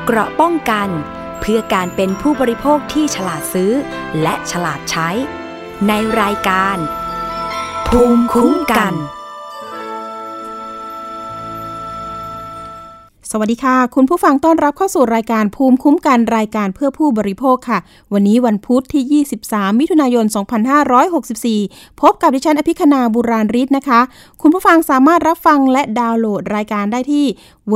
เกราะป้องกันเพื่อการเป็นผู้บริโภคที่ฉลาดซื้อและฉลาดใช้ในรายการภูมิคุ้มกันสวัสดีค่ะคุณผู้ฟังต้อนรับเข้าสู่รายการภูมิคุ้มกันรายการเพื่อผู้บริโภคค่ะวันนี้วันพุธที่23มิถุนายน2564พบกับดิฉันอภิคณาบุราริศนะคะคุณผู้ฟังสามารถรับฟังและดาวน์โหลดรายการได้ที่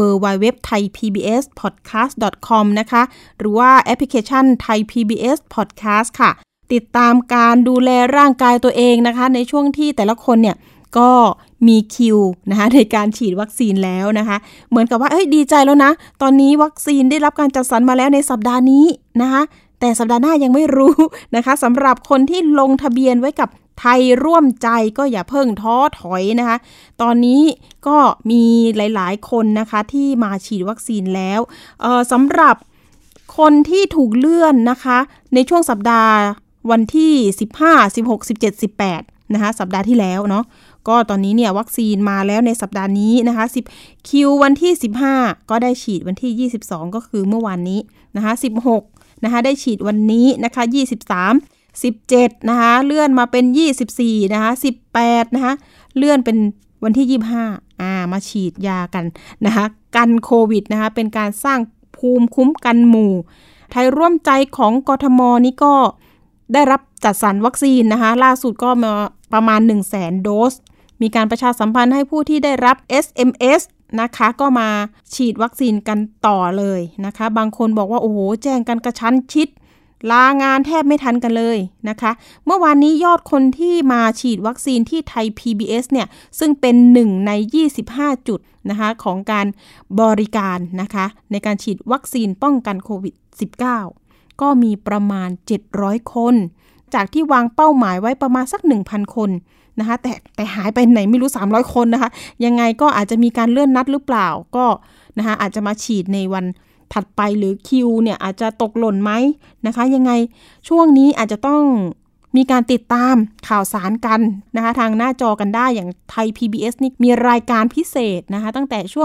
www.thaipbspodcast.com นะคะหรือว่าแอปพลิเคชัน Thai PBS Podcast ค่ะติดตามการดูแลร่างกายตัวเองนะคะในช่วงที่แต่ละคนเนี่ยก็มีคิวนะคะในการฉีดวัคซีนแล้วนะคะเหมือนกับว่าดีใจแล้วนะตอนนี้วัคซีนได้รับการจัดสรรมาแล้วในสัปดาห์นี้นะคะแต่สัปดาห์หน้ายังไม่รู้นะคะสำหรับคนที่ลงทะเบียนไว้กับไทยร่วมใจก็อย่าเพิ่งท้อถอยนะคะตอนนี้ก็มีหลายๆคนนะคะที่มาฉีดวัคซีนแล้วสำหรับคนที่ถูกเลื่อนนะคะในช่วงสัปดาห์วันที่15 16 17 18นะคะสัปดาห์ที่แล้วเนาะก็ตอนนี้เนี่ยวัคซีนมาแล้วในสัปดาห์นี้นะคะ10คิววันที่15ก็ได้ฉีดวันที่22ก็คือเมื่อวานนี้นะคะ16นะคะได้ฉีดวันนี้นะคะ23 17นะคะเลื่อนมาเป็น24นะคะ18นะคะเลื่อนเป็นวันที่25มาฉีดยากันนะคะกันโควิดนะคะเป็นการสร้างภูมิคุ้มกันหมู่ไทยร่วมใจของกทมนี่ก็ได้รับจัดสรรวัคซีนนะคะล่าสุดก็มาประมาณ 100,000 โดสมีการประชาสัมพันธ์ให้ผู้ที่ได้รับ SMS นะคะก็มาฉีดวัคซีนกันต่อเลยนะคะบางคนบอกว่าโอ้โหแจ้งกันกระชั้นชิดลางานแทบไม่ทันกันเลยนะคะเมื่อวานนี้ยอดคนที่มาฉีดวัคซีนที่ไทย PBS เนี่ยซึ่งเป็น1ใน25จุดนะคะของการบริการนะคะในการฉีดวัคซีนป้องกันโควิด -19 ก็มีประมาณ700คนจากที่วางเป้าหมายไว้ประมาณสัก 1,000 คนนะคะแต่หายไปไหนไม่รู้300คนนะคะยังไงก็อาจจะมีการเลื่อนนัดหรือเปล่าก็นะคะอาจจะมาฉีดในวันถัดไปหรือคิวเนี่ยอาจจะตกหล่นไหมนะคะยังไงช่วงนี้อาจจะต้องมีการติดตามข่าวสารกันนะคะทางหน้าจอกันได้อย่างไทย PBS นี่มีรายการพิเศษนะคะตั้งแต่ช่วง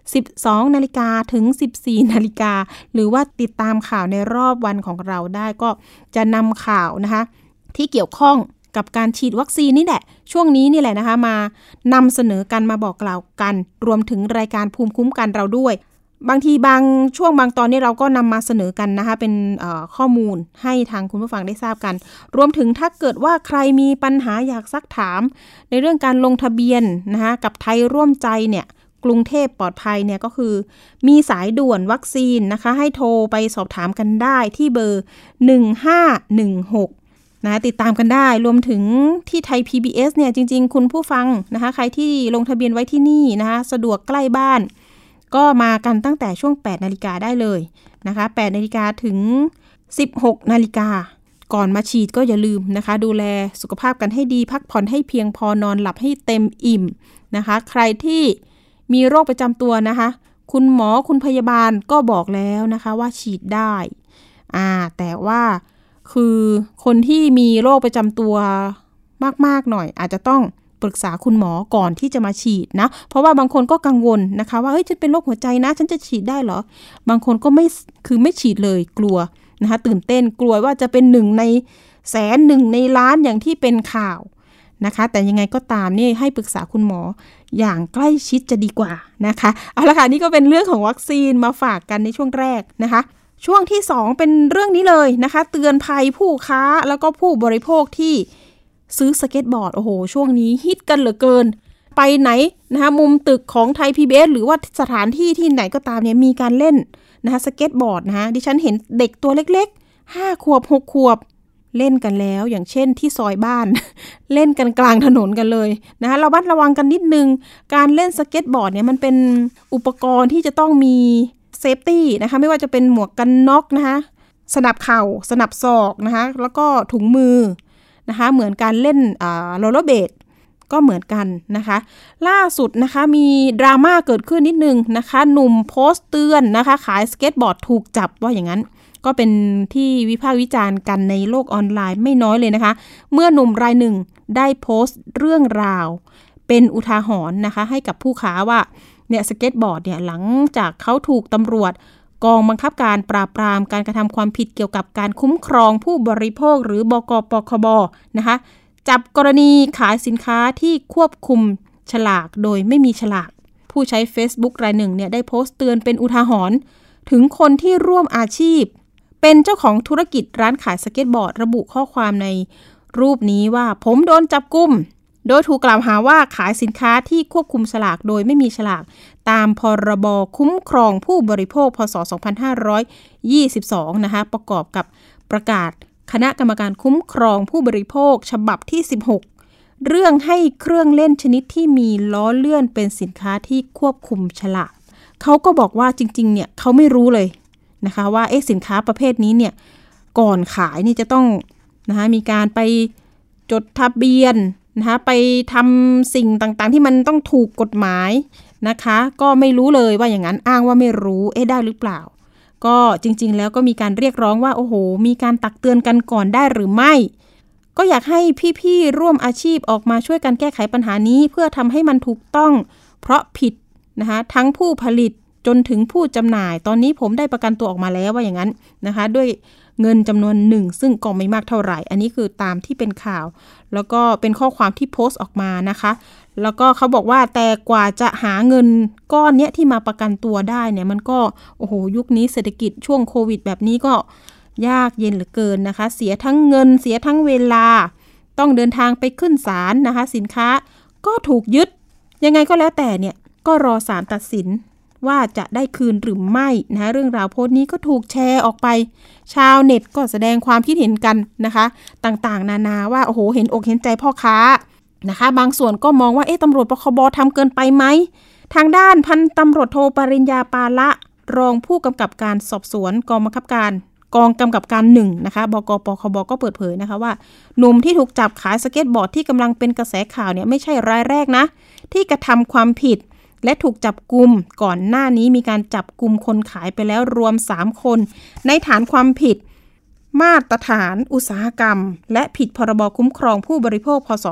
12 นาฬิกาถึง 14 นาฬิกาหรือว่าติดตามข่าวในรอบวันของเราได้ก็จะนำข่าวนะคะที่เกี่ยวข้องกับการฉีดวัคซีนนี่แหละช่วงนี้นี่แหละนะคะมานำเสนอกันมาบอกกล่าวกันรวมถึงรายการภูมิคุ้มกันเราด้วยบางทีบางช่วงบางตอนนี้เราก็นำมาเสนอกันนะคะเป็นข้อมูลให้ทางคุณผู้ฟังได้ทราบกันรวมถึงถ้าเกิดว่าใครมีปัญหาอยากซักถามในเรื่องการลงทะเบียนนะคะกับไทยร่วมใจเนี่ยกรุงเทพปลอดภัยเนี่ยก็คือมีสายด่วนวัคซีนนะคะให้โทรไปสอบถามกันได้ที่เบอร์1516นะติดตามกันได้รวมถึงที่ไทย PBS เนี่ยจริงๆคุณผู้ฟังนะคะใครที่ลงทะเบียนไว้ที่นี่นะคะสะดวกใกล้บ้านก็มากันตั้งแต่ช่วง 8 นาฬิกาได้เลยนะคะ 8 นาฬิกาถึง 16 นาฬิกาก่อนมาฉีดก็อย่าลืมนะคะดูแลสุขภาพกันให้ดีพักผ่อนให้เพียงพอนอนหลับให้เต็มอิ่มนะคะใครที่มีโรคประจำตัวนะคะคุณหมอคุณพยาบาลก็บอกแล้วนะคะว่าฉีดได้แต่ว่าคือคนที่มีโรคประจำตัวมากๆหน่อยอาจจะต้องปรึกษาคุณหมอก่อนที่จะมาฉีดนะเพราะว่าบางคนก็กังวลนะคะว่าฉันเป็นโรคหัวใจนะฉันจะฉีดได้เหรอบางคนก็ไม่ฉีดเลยกลัวนะคะตื่นเต้นกลัวว่าจะเป็น1ในแสน1ในล้านอย่างที่เป็นข่าวนะคะแต่ยังไงก็ตามนี่ให้ปรึกษาคุณหมออย่างใกล้ชิดจะดีกว่านะคะเอาละค่ะนี่ก็เป็นเรื่องของวัคซีนมาฝากกันในช่วงแรกนะคะช่วงที่2เป็นเรื่องนี้เลยนะคะเตือนภัยผู้ค้าแล้วก็ผู้บริโภคที่ซื้อสเก็ตบอร์ดโอ้โหช่วงนี้ฮิตกันเหลือเกินไปไหนนะคะมุมตึกของไทย PBS หรือว่าสถานที่ที่ไหนก็ตามเนี่ยมีการเล่นนะคะสเก็ตบอร์ดนะคะดิฉันเห็นเด็กตัวเล็กๆ5ขวบ6ขวบเล่นกันแล้วอย่างเช่นที่ซอยบ้าน เล่นกันกลางถนนกันเลยนะคะระมัดระวังกันนิดนึงการเล่นสเก็ตบอร์ดเนี่ยมันเป็นอุปกรณ์ที่จะต้องมีเซฟตี้นะคะไม่ว่าจะเป็นหมวกกันน็อกนะคะสนับเข่าสนับศอกนะคะแล้วก็ถุงมือนะคะเหมือนการเล่นโรลเลอร์เบดก็เหมือนกันนะคะล่าสุดนะคะมีดราม่าเกิดขึ้นนิดนึงนะคะหนุ่มโพสต์เตือนนะคะขายสเก็ตบอร์ดถูกจับว่าอย่างนั้นก็เป็นที่วิพากษ์วิจารณ์กันในโลกออนไลน์ไม่น้อยเลยนะคะเมื่อหนุ่มรายหนึ่งได้โพสต์เรื่องราวเป็นอุทาหรณ์นะคะให้กับผู้ค้าว่าเนี่ยสเก็ตบอร์ดเนี่ยหลังจากเขาถูกตำรวจกองบังคับการปราบปรามการกระทำความผิดเกี่ยวกับการคุ้มครองผู้บริโภคหรือบกปคบนะคะจับกรณีขายสินค้าที่ควบคุมฉลากโดยไม่มีฉลากผู้ใช้ Facebook รายหนึ่งเนี่ยได้โพสต์เตือนเป็นอุทาหรณ์ถึงคนที่ร่วมอาชีพเป็นเจ้าของธุรกิจร้านขายสเก็ตบอร์ดระบุข้อความในรูปนี้ว่าผมโดนจับกุมโดยถูกกล่าวหาว่าขายสินค้าที่ควบคุมฉลากโดยไม่มีฉลากตามพรบคุ้มครองผู้บริโภคพ.ศ. 2522นะคะประกอบกับประกาศคณะกรรมการคุ้มครองผู้บริโภคฉบับที่16เรื่องให้เครื่องเล่นชนิดที่มีล้อเลื่อนเป็นสินค้าที่ควบคุมฉลากเขาก็บอกว่าจริงๆเนี่ยเขาไม่รู้เลยนะคะว่าสินค้าประเภทนี้เนี่ยก่อนขายนี่จะต้องนะคะมีการไปจดทะเบียนนะคะไปทำสิ่งต่างๆที่มันต้องถูกกฎหมายนะคะก็ไม่รู้เลยว่าอย่างนั้นอ้างว่าไม่รู้ได้หรือเปล่าก็จริงๆแล้วก็มีการเรียกร้องว่าโอ้โหมีการตักเตือนกันก่อนได้หรือไม่ก็อยากให้พี่ๆร่วมอาชีพออกมาช่วยกันแก้ไขปัญหานี้เพื่อทำให้มันถูกต้องเพราะผิดนะคะทั้งผู้ผลิตจนถึงผู้จำหน่ายตอนนี้ผมได้ประกันตัวออกมาแล้วว่าอย่างนั้นนะคะด้วยเงินจำนวนหนึ่งซึ่งก็ไม่มากเท่าไหร่อันนี้คือตามที่เป็นข่าวแล้วก็เป็นข้อความที่โพสต์ออกมานะคะแล้วก็เขาบอกว่าแต่กว่าจะหาเงินก้อนเนี้ยที่มาประกันตัวได้เนี่ยมันก็โอ้โหยุคนี้เศรษฐกิจช่วงโควิดแบบนี้ก็ยากเย็นเหลือเกินนะคะเสียทั้งเงินเสียทั้งเวลาต้องเดินทางไปขึ้นศาลนะคะสินค้าก็ถูกยึดยังไงก็แล้วแต่เนี่ยก็รอศาลตัดสินว่าจะได้คืนหรือไม่นะเรื่องราวโพสต์นี้ก็ถูกแชร์ออกไปชาวเน็ตก็แสดงความคิดเห็นกันนะคะต่างๆนานาว่าโอ้โหเห็นอกเห็นใจพ่อค้านะคะบางส่วนก็มองว่าตำรวจปคบทำเกินไปไหมทางด้านพันตำรวจโทปริญญาปาละรองผู้กำกับการสอบสวนกองบังคับการกองกำกับการ1นะคะบกปคบก็เปิดเผยนะคะว่าหนุ่มที่ถูกจับขายสเก็ตบอร์ดที่กำลังเป็นกระแสข่าวเนี่ยไม่ใช่รายแรกนะที่กระทำความผิดและถูกจับกุมก่อนหน้านี้มีการจับกุมคนขายไปแล้วรวม3คนในฐานความผิดมาตรฐานอุตสาหกรรมและผิดพรบคุ้มครองผู้บริโภคพ.ศ.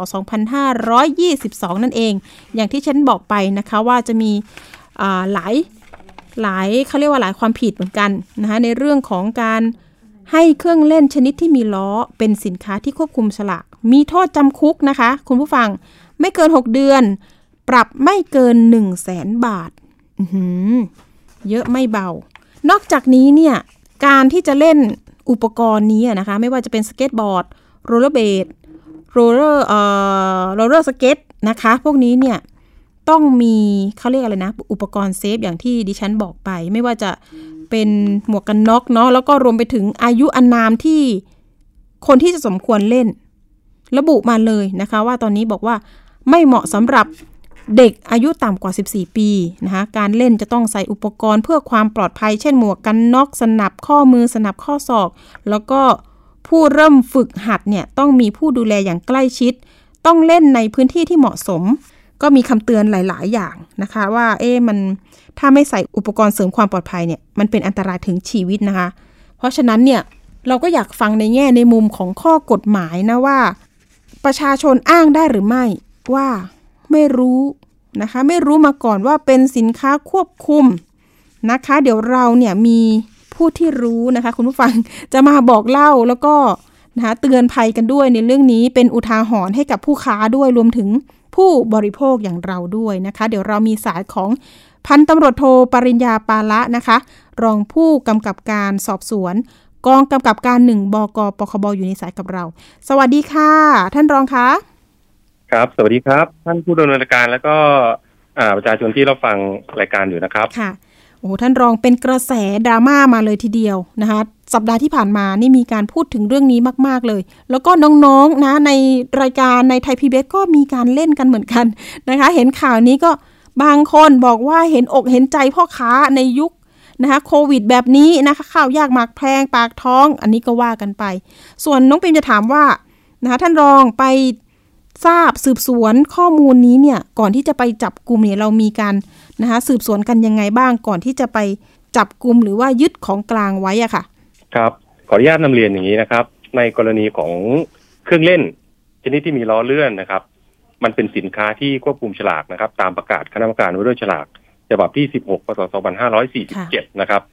2522นั่นเองอย่างที่ฉันบอกไปนะคะว่าจะมีหลายเขาเรียกว่าหลายความผิดเหมือนกันนะคะในเรื่องของการให้เครื่องเล่นชนิดที่มีล้อเป็นสินค้าที่ควบคุมฉลากมีโทษจำคุกนะคะคุณผู้ฟังไม่เกิน6เดือนปรับไม่เกิน 100,000 บาทเยอะไม่เบานอกจากนี้เนี่ยการที่จะเล่นอุปกรณ์นี้นะคะไม่ว่าจะเป็นสเก็ตบอร์ดโรลเลอร์เบดโรลเลอร์สเก็ตนะคะพวกนี้เนี่ยต้องมีเขาเรียกอะไรนะอุปกรณ์เซฟอย่างที่ดิฉันบอกไปไม่ว่าจะเป็นหมวกกันน็อกเนาะแล้วก็รวมไปถึงอายุอานามที่คนที่จะสมควรเล่นระบุมาเลยนะคะว่าตอนนี้บอกว่าไม่เหมาะสำหรับเด็กอายุต่ำกว่า14ปีนะคะการเล่นจะต้องใส่อุปกรณ์เพื่อความปลอดภัยเช่นหมวกกันน็อกสนับข้อมือสนับข้อศอกแล้วก็ผู้เริ่มฝึกหัดเนี่ยต้องมีผู้ดูแลอย่างใกล้ชิดต้องเล่นในพื้นที่ที่เหมาะสมก็มีคำเตือนหลายๆอย่างนะคะว่ามันถ้าไม่ใส่อุปกรณ์เสริมความปลอดภัยเนี่ยมันเป็นอันตรายถึงชีวิตนะคะเพราะฉะนั้นเนี่ยเราก็อยากฟังในแง่ในมุมของข้อกฎหมายนะว่าประชาชนอ้างได้หรือไม่ว่าไม่รู้นะคะไม่รู้มาก่อนว่าเป็นสินค้าควบคุมนะคะเดี๋ยวเราเนี่ยมีผู้ที่รู้นะคะคุณผู้ฟังจะมาบอกเล่าแล้วก็นะคะเตือนภัยกันด้วยในเรื่องนี้เป็นอุทาหรณ์ให้กับผู้ค้าด้วยรวมถึงผู้บริโภคอย่างเราด้วยนะคะเดี๋ยวเรามีสายของพันตำรวจโทปริญญาปาละนะคะรองผู้กำกับการสอบสวนกองกำกับการ1บกปคบอยู่ในสายกับเราสวัสดีค่ะท่านรองคะครับสวัสดีครับท่านผู้ดำเนินการแล้วก็ประชาชนที่รับฟังรายการอยู่นะครับค่ะโอ้ท่านรองเป็นกระแสดราม่ามาเลยทีเดียวนะคะสัปดาห์ที่ผ่านมานี่มีการพูดถึงเรื่องนี้มากๆเลยแล้วก็น้องๆนะในรายการในไทย PBS ก็มีการเล่นกันเหมือนกันนะคะเห็นข่าวนี้ก็บางคนบอกว่าเห็นอกเห็นใจพ่อค้าในยุคนะคะโควิดแบบนี้นะคะข้าวยากหมากแพงปากท้องอันนี้ก็ว่ากันไปส่วนน้องปิมจะถามว่านะคะท่านรองไปทราบสืบสวนข้อมูลนี้เนี่ยก่อนที่จะไปจับกุมเนี่ยเรามีการนะคะสืบสวนกันยังไงบ้างก่อนที่จะไปจับกุมหรือว่ายึดของกลางไว้อะค่ะครับขออนุญาตนำเรียนอย่างนี้นะครับในกรณีของเครื่องเล่นชนิดที่มีล้อเลื่อนนะครับมันเป็นสินค้าที่ควบคุมฉลากนะครับตามประกาศคณะกรรมการว่าด้วยฉลากฉบับที่16 พ.ศ. 2547นะครับ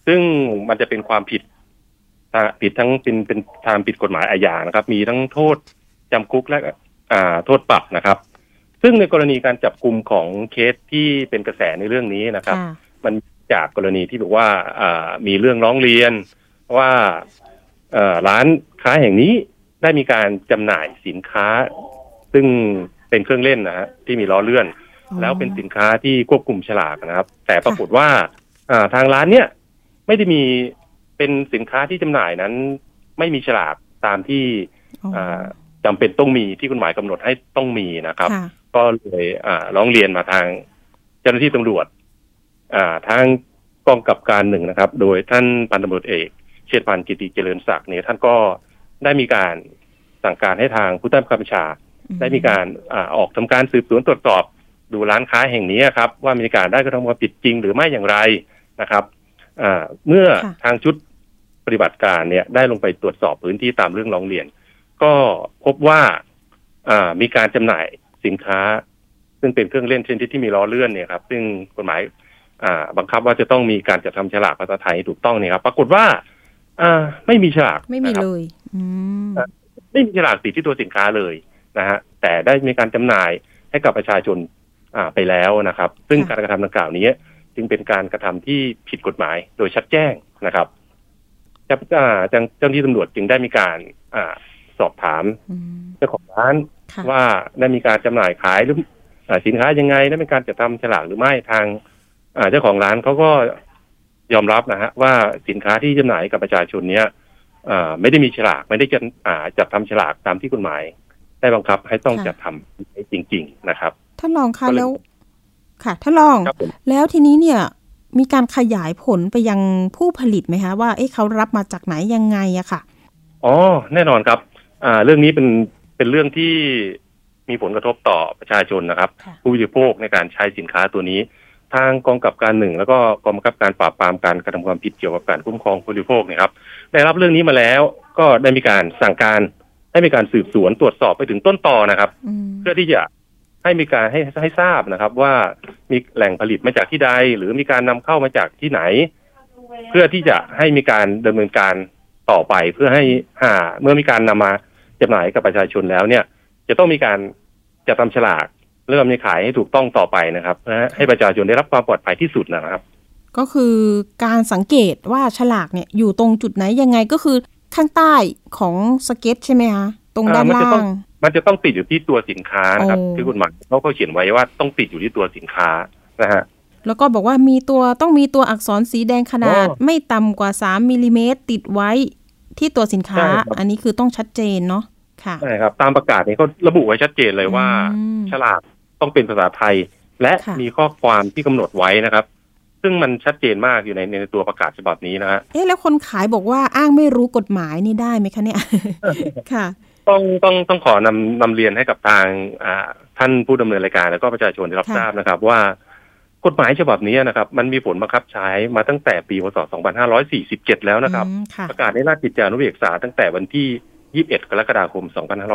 ซึ่งมันจะเป็นความผิดทั้งเป็นทางผิดกฎหมายอาญานะครับมีทั้งโทษจำคุกและโทษปรับนะครับซึ่งในกรณีการจับกุมของเคสที่เป็นกระแสในเรื่องนี้นะครับมันจากกรณีที่บอกว่ามีเรื่องร้องเรียนว่าร้านค้าแห่งนี้ได้มีการจำหน่ายสินค้าซึ่งเป็นเครื่องเล่นนะฮะที่มีล้อเลื่อนแล้วเป็นสินค้าที่ควบคุมฉลากนะครับแต่ปรากฏว่าทางร้านเนี้ยไม่ได้มีเป็นสินค้าที่จำหน่ายนั้นไม่มีฉลากตามที่จำเป็นต้องมีที่กฎหมายกำหนดให้ต้องมีนะครับก็เลยร้องเรียนมาทางเจ้าหน้าที่ตำรวจทางกองกำกับการ1นะครับโดยท่านพันตำรวจเอกเชษฐพันธ์กิติเจริญศักดิ์เนี่ยท่านก็ได้มีการสั่งการให้ทางผู้ใต้บังคับบัญชาได้มีการออกทำการสืบสวนตรวจสอบดูร้านค้าแห่งนี้ครับว่ามีการได้กระทำความผิดจริงหรือไม่อย่างไรนะครับเมื่อทางชุดปฏิบัติการเนี่ยได้ลงไปตรวจสอบพื้นที่ตามเรื่องร้องเรียนก็พบว่ามีการจำหน่ายสินค้าซึ่งเป็นเครื่องเล่นชนิดที่มีล้อเลื่อนเนี่ยครับซึ่งกฎหมายบังคับว่าจะต้องมีการจัดทำฉลากภาษาไทยถูกต้องเนี่ยครับปรากฏว่าไม่มีฉลากไม่มีเลยไม่มีฉลากติดที่ตัวสินค้าเลยนะฮะแต่ได้มีการจำหน่ายให้กับประชาชนไปแล้วนะครับซึ่งการกระทำดังกล่าวนี้จึงเป็นการกระทำที่ผิดกฎหมายโดยชัดแจ้งนะครับเจ้าหน้าที่ตำรวจจึงได้มีการสอบถามเจ้าของร้านว่าได้มีการจำหน่ายขายหรือสินค้ายังไงได้มีการจัดทำฉลากหรือไม่ทางเจ้าของร้านเขาก็ยอมรับนะฮะว่าสินค้าที่จำหน่ายกับประชาชนเนี้ยไม่ได้มีฉลากไม่ได้จัดทำฉลากตามที่กฎหมายได้บังคับให้ต้องจัดทำจริงๆนะครับท่านรองคะแล้วค่ะท่านรองแล้วทีนี้เนี่ยมีการขยายผลไปยังผู้ผลิตไหมคะว่าเขารับมาจากไหนยังไงอะค่ะอ๋อแน่นอนครับเรื่องนี้เป็นเรื่องที่มีผลกระทบต่อประชาชนนะครับผู้บริโภคในการใช้สินค้าตัวนี้ทางกองกำกับการ1แล้วก็กองบังคับการปราบปรามการกระทำความผิดเกี่ยวกับการคุ้มครองผู้บริโภคนะครับได้รับเรื่องนี้มาแล้วก็ได้มีการสั่งการให้มีการสืบสวนตรวจสอบไปถึงต้นตอนะครับเพื่อที่จะให้มีการให้ทราบนะครับว่ามีแหล่งผลิตมาจากที่ใดหรือมีการนำเข้ามาจากที่ไหนเพื่อที่จะให้มีการดำเนินการต่อไปเพื่อให้เมื่อมีการนำมาจำหน่ายกับประชาชนแล้วเนี่ยจะต้องมีการจัดทำฉลากเริ่มในขายให้ถูกต้องต่อไปนะครับให้ประชาชนได้รับความปลอดภัยที่สุดนะครับก็คือการสังเกตว่าฉลากเนี่ยอยู่ตรงจุดไหนยังไงก็คือข้างใต้ของสเก็ตใช่ไหมคะตรงด้านล่างมันจะต้องติดอยู่ที่ตัวสินค้านะครับที่กฎหมายเขาก็เขียนไว้ว่าต้องติดอยู่ที่ตัวสินค้านะฮะแล้วก็บอกว่าต้องมีตัวอักษรสีแดงขนาดไม่ต่ำกว่า3มิลลิเมตรติดไว้ที่ตัวสินค้าอันนี้คือต้องชัดเจนเนาะค่ะใช่ครับตามประกาศนี้เขาระบุไว้ชัดเจนเลยว่าฉลากต้องเป็นภาษาไทยและมีข้อความที่กำหนดไว้นะครับซึ่งมันชัดเจนมากอยู่ในตัวประกาศฉบับนี้นะฮะแล้วคนขายบอกว่าอ้างไม่รู้กฎหมายนี่ได้ไหมคะเนี่ย ค่ะต้องขอนำเรียนให้กับทางท่านผู้ดำเนินรายการแล้วก็ประชาชนได้รับทราบนะครับว่ากฎหมายฉบับนี้นะครับมันมีผลบังคับใช้มาตั้งแต่ปีพ.ศ. 2547แล้วนะครับประกาศในราชกิจจานุเบกษาตั้งแต่วันที่21กรกฎาคม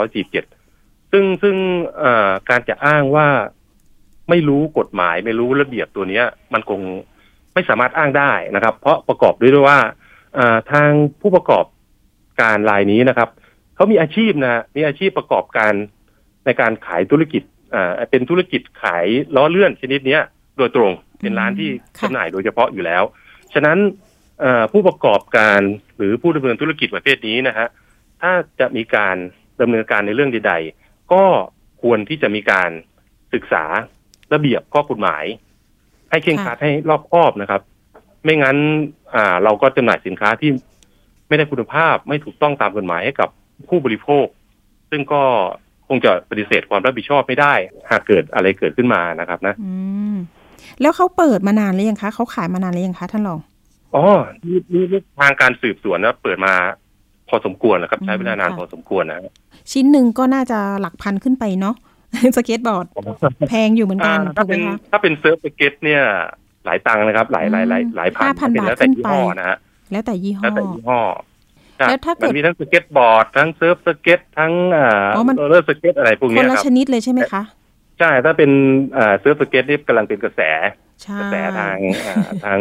2547ซึ่งการจะอ้างว่าไม่รู้กฎหมายไม่รู้ระเบียบตัวนี้มันคงไม่สามารถอ้างได้นะครับเพราะประกอบด้วยว่าทางผู้ประกอบการรายนี้นะครับเขามีอาชีพมีอาชีพประกอบการในการขายธุรกิจเป็นธุรกิจขายล้อเลื่อนชนิดนี้โดยตรงเป็นร้านที่จำหน่ายโดยเฉพาะอยู่แล้วฉะนั้นผู้ประกอบการหรือผู้ดำเนินธุรกิจประเภทนี้นะฮะถ้าจะมีการดำเนินการในเรื่องใดๆก็ควรที่จะมีการศึกษาระเบียบข้อกฎหมายให้เคร่งครัดให้รอบคอบนะครับไม่งั้นเราก็จำหน่ายสินค้าที่ไม่ได้คุณภาพไม่ถูกต้องตามกฎหมายให้กับผู้บริโภคซึ่งก็คงจะปฏิเสธความรับผิดชอบไม่ได้หากเกิดอะไรเกิดขึ้นมานะครับนะแล้วเขาเปิดมานานหรือยังคะเขาขายมานานหรือยังคะท่านรองนี่ทางการสืบสวนนะเปิดมาพอสมควรนะครับใช้เวลานานพอสมควรนะชิ้นหนึ่งก็น่าจะหลักพันขึ้นไปเนาะสเก็ตบอร์ดแพงอยู่เหมือนกันถ้าเป็นเซิร์ฟสเก็ตเนี่ยหลายตังค์นะครับหลายพันแล้วแต่ยี่ห้อนะฮะแล้วแต่ยี่ห้อแล้วถ้าเกิดมีทั้งสเก็ตบอร์ดทั้งเซิร์ฟสเก็ตทั้งโรลเลอร์สเก็ตอะไรพวกนี้ครับคนละชนิดเลยใช่ไหมคะใช่ถ้าเป็นเซิร์ฟสเก็ตนี่กำลังเป็นกระแสทาง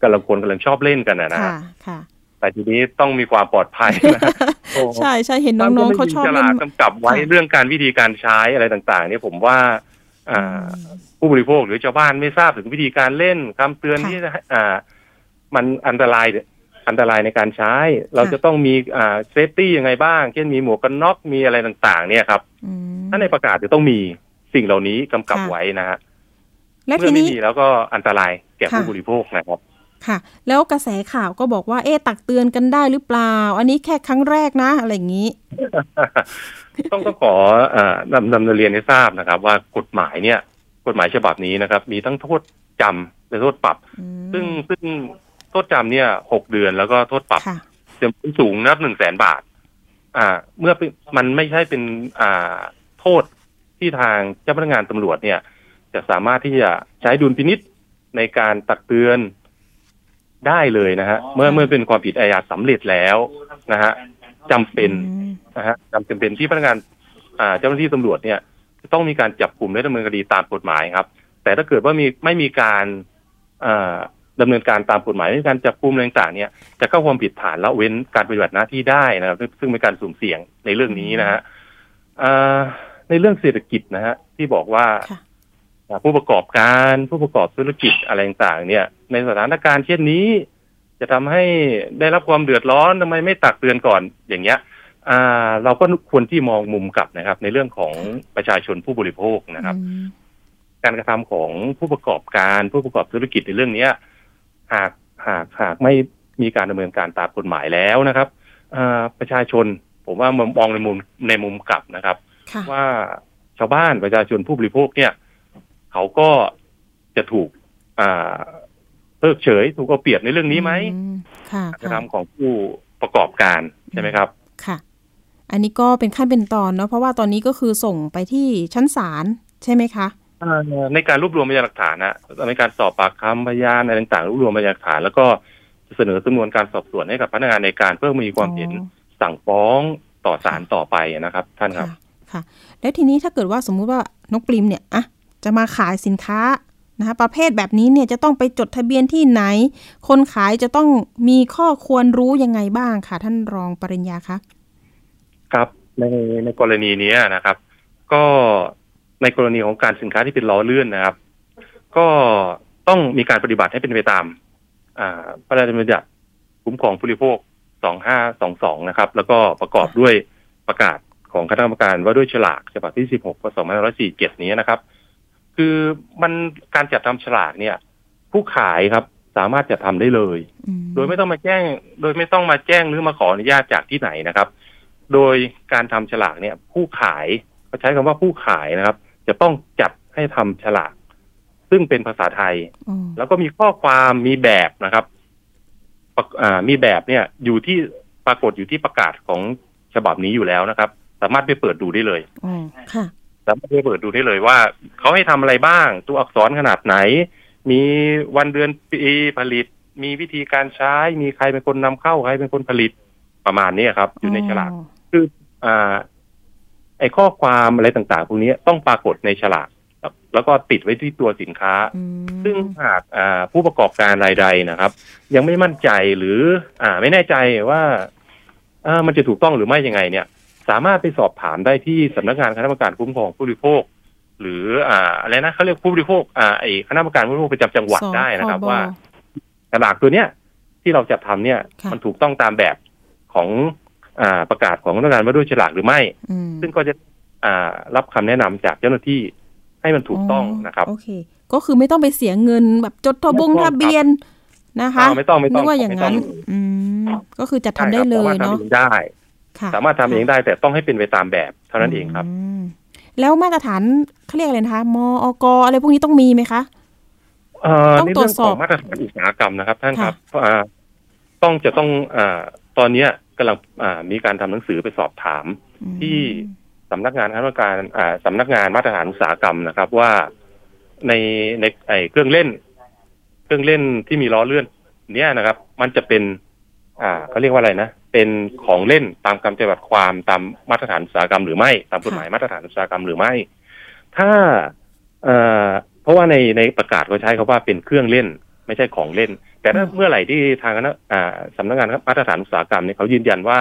กำลังชอบเล่นกันนะค่ะแต่ทีนี้ต้องมีความปลอดภัยนะใช่เห็นน้องๆเขาชอบเล่นกำกับไว้เรื่องการวิธีการใช้อะไรต่างๆเนี่ยผมว่าผู้บริโภคหรือชาวบ้านไม่ทราบถึงวิธีการเล่นคำเตือนที่มันอันตรายในการใช้เราจะต้องมีเซฟตี้ยังไงบ้างเช่นมีหมวกกันน็อกมีอะไรต่างๆเนี่ยครับถ้าในประกาศจะต้องมีสิ่งเหล่านี้กำกับไว้นะฮะเมื่อไม่มีแล้วก็อันตรายแก่ผู้บริโภคนะครับค่ะแล้วกระแสข่าวก็บอกว่าตักเตือนกันได้หรือเปล่าอันนี้แค่ครั้งแรกนะอะไรอย่างนี้ต้องขอนำเรียนให้ทราบนะครับว่ากฎหมายฉบับนี้นะครับมีทั้งโทษจำและโทษปรับซึ่งโทษจำเนี่ย6 เดือนแล้วก็โทษปรับจะสูงนับ 100,000 บาทเมื่อมันไม่ใช่เป็นโทษที่ทางเจ้าพนักงานตำรวจเนี่ยจะสามารถที่จะใช้ดุลพินิจในการตักเตือนได้เลยนะฮะเมื่อเป็นความผิดอาญาสำเร็จแล้วนะฮะจำเป็นนะฮะจำเป็นที่พนักงานเจ้าหน้าที่ตำรวจเนี่ยจะต้องมีการจับกุมและดำเนินคดีตามกฎหมายครับแต่ถ้าเกิดว่าไม่มีการดำเนินการตามกฎหมายในการจับกุมอะไรต่างๆเนี่ยจะเข้าความผิดฐานละเว้นการปฏิบัติหน้าที่ได้นะครับซึ่งเป็นการสุ่มเสี่ยงในเรื่องนี้นะฮะในเรื่องเศรษฐกิจนะฮะที่บอกว่าผู้ประกอบธุรกิจอะไรต่างๆเนี่ยในสถานการณ์เช่นนี้จะทำให้ได้รับความเดือดร้อนทำไมไม่ตักเตือนก่อนอย่างเงี้ยเราก็ควรที่มองมุมกลับนะครับในเรื่องของประชาชนผู้บริโภคนะครับการกระทำของผู้ประกอบธุรกิจในเรื่องนี้หากไม่มีการดำเนินการตามกฎหมายแล้วนะครับประชาชนผมว่ามองในมุมกลับนะครับว่าชาวบ้านประชาชนผู้บริโภคเนี่ยเขาก็จะถูกเพิกเฉยถูกเอาเปรียบในเรื่องนี้ไหมการกระทำของผู้ประกอบการใช่ไหมครับค่ะอันนี้ก็เป็นขั้นเป็นตอนเนาะเพราะว่าตอนนี้ก็คือส่งไปที่ชั้นศาลใช่ไหมคะในการรวบรวมพยานหลักฐานนะในการสอบปากคำพยานอะไรต่างๆรวบรวมพยานหลักฐานแล้วก็จะเสนอสำนวนการสอบสวนให้กับพนักงานในการเพื่อมีความเห็นสั่งฟ้องต่อศาลต่อไปนะครับท่านครับค่ะแล้วทีนี้ถ้าเกิดว่าสมมุติว่าน้องปริมเนี่ยจะมาขายสินค้านะคะประเภทแบบนี้เนี่ยจะต้องไปจดทะเบียนที่ไหนคนขายจะต้องมีข้อควรรู้ยังไงบ้างค่ะท่านรองปริญญาคะครับในกรณีนี้นะครับก็ในกรณีของการสินค้าที่เป็นล้อเลื่อนนะครับก็ต้องมีการปฏิบัติให้เป็นไปตามพระราชบัญญัติคุ้มครองผู้บริโภค2522นะครับแล้วก็ประกอบด้วยประกาศของคณะกรรมการว่าด้วยฉลากฉบับที่16 พ.ศ. 2547นี้นะครับคือมันการจัดทำฉลากเนี่ยผู้ขายครับสามารถจัดทำได้เลยโดยไม่ต้องมาแจ้งหรือมาขออนุญาตจากที่ไหนนะครับโดยการทำฉลากเนี่ยผู้ขายเขาใช้คำว่าผู้ขายนะครับจะต้องจัดให้ทำฉลากซึ่งเป็นภาษาไทยแล้วก็มีข้อความมีแบบนะครับมีแบบเนี่ยอยู่ที่ปรากฏอยู่ที่ประกาศของฉบับนี้อยู่แล้วนะครับสามารถไปเปิดดูได้เลยค่ะสามารถไปเปิดดูได้เลยว่าเขาให้ทำอะไรบ้างตัวอักษรขนาดไหนมีวันเดือนปีผลิตมีวิธีการใช้มีใครเป็นคนนำเข้าใครเป็นคนผลิตประมาณนี้ครับอยู่ในฉลากคือไอ้ข้อความอะไรต่างๆพวกนี้ต้องปรากฏในฉลากแล้วก็ติดไว้ที่ตัวสินค้าซึ่งหากผู้ประกอบการรายใดนะครับยังไม่มั่นใจหรือไม่แน่ใจว่ามันจะถูกต้องหรือไม่ยังไงเนี่ยสามารถไปสอบถามได้ที่สำนักงานคณะกรรมการคุ้มครองผู้บริโภคหรืออะไรนะเขาเรียกผู้บริโภคไอ้คณะกรรมการผู้บริโภคประจำจังหวัดได้นะครับว่าฉลากตัวเนี้ยที่เราจัดทำเนี่ยมันถูกต้องตามแบบของประกาศของคณะกรรมการว่าด้วยฉลากหรือไม่ซึ่งก็จะรับคำแนะนำจากเจ้าหน้าที่ให้มันถูกต้องนะครับโอเคก็คือไม่ต้องไปเสียเงินแบบจดทะเบียนนะคะไม่ต้องนึกว่าอย่างนั้นก็คือจะทำได้เลยเนาะสามารถทำเองได้แต่ต้องให้เป็นไปตามแบบเท่านั้นเองครับแล้วมาตรฐานเขาเรียกอะไรนะคะมอก.อะไรพวกนี้ต้องมีไหมคะต้องตรวจสอบมาตรฐานอุตสาหกรรมนะครับท่านครับต้องตอนนี้กำลังมีการทำหนังสือไปสอบถามที่สำนักงานคณะกรรมการสำนักงานมาตรฐานอุตสาหกรรมนะครับว่าในเครื่องเล่นที่มีล้อเลื่อนเนี่ยนะครับมันจะเป็นเขาเรียกว่าอะไรนะเป็นของเล่นตามคำจำกัดความตามมาตรฐานอุตสาหกรรมหรือไม่ตามกฎหมายมาตรฐานอุตสาหกรรมหรือไม่ถ้าเพราะว่าในประกาศเขาใช้คำว่าเป็นเครื่องเล่นไม่ใช่ของเล่นแต่ถ้าเมื่อไหร่ที่ทางสำนักงานมาตรฐานอุตสาหกรรมเนี่ยเขายืนยันว่า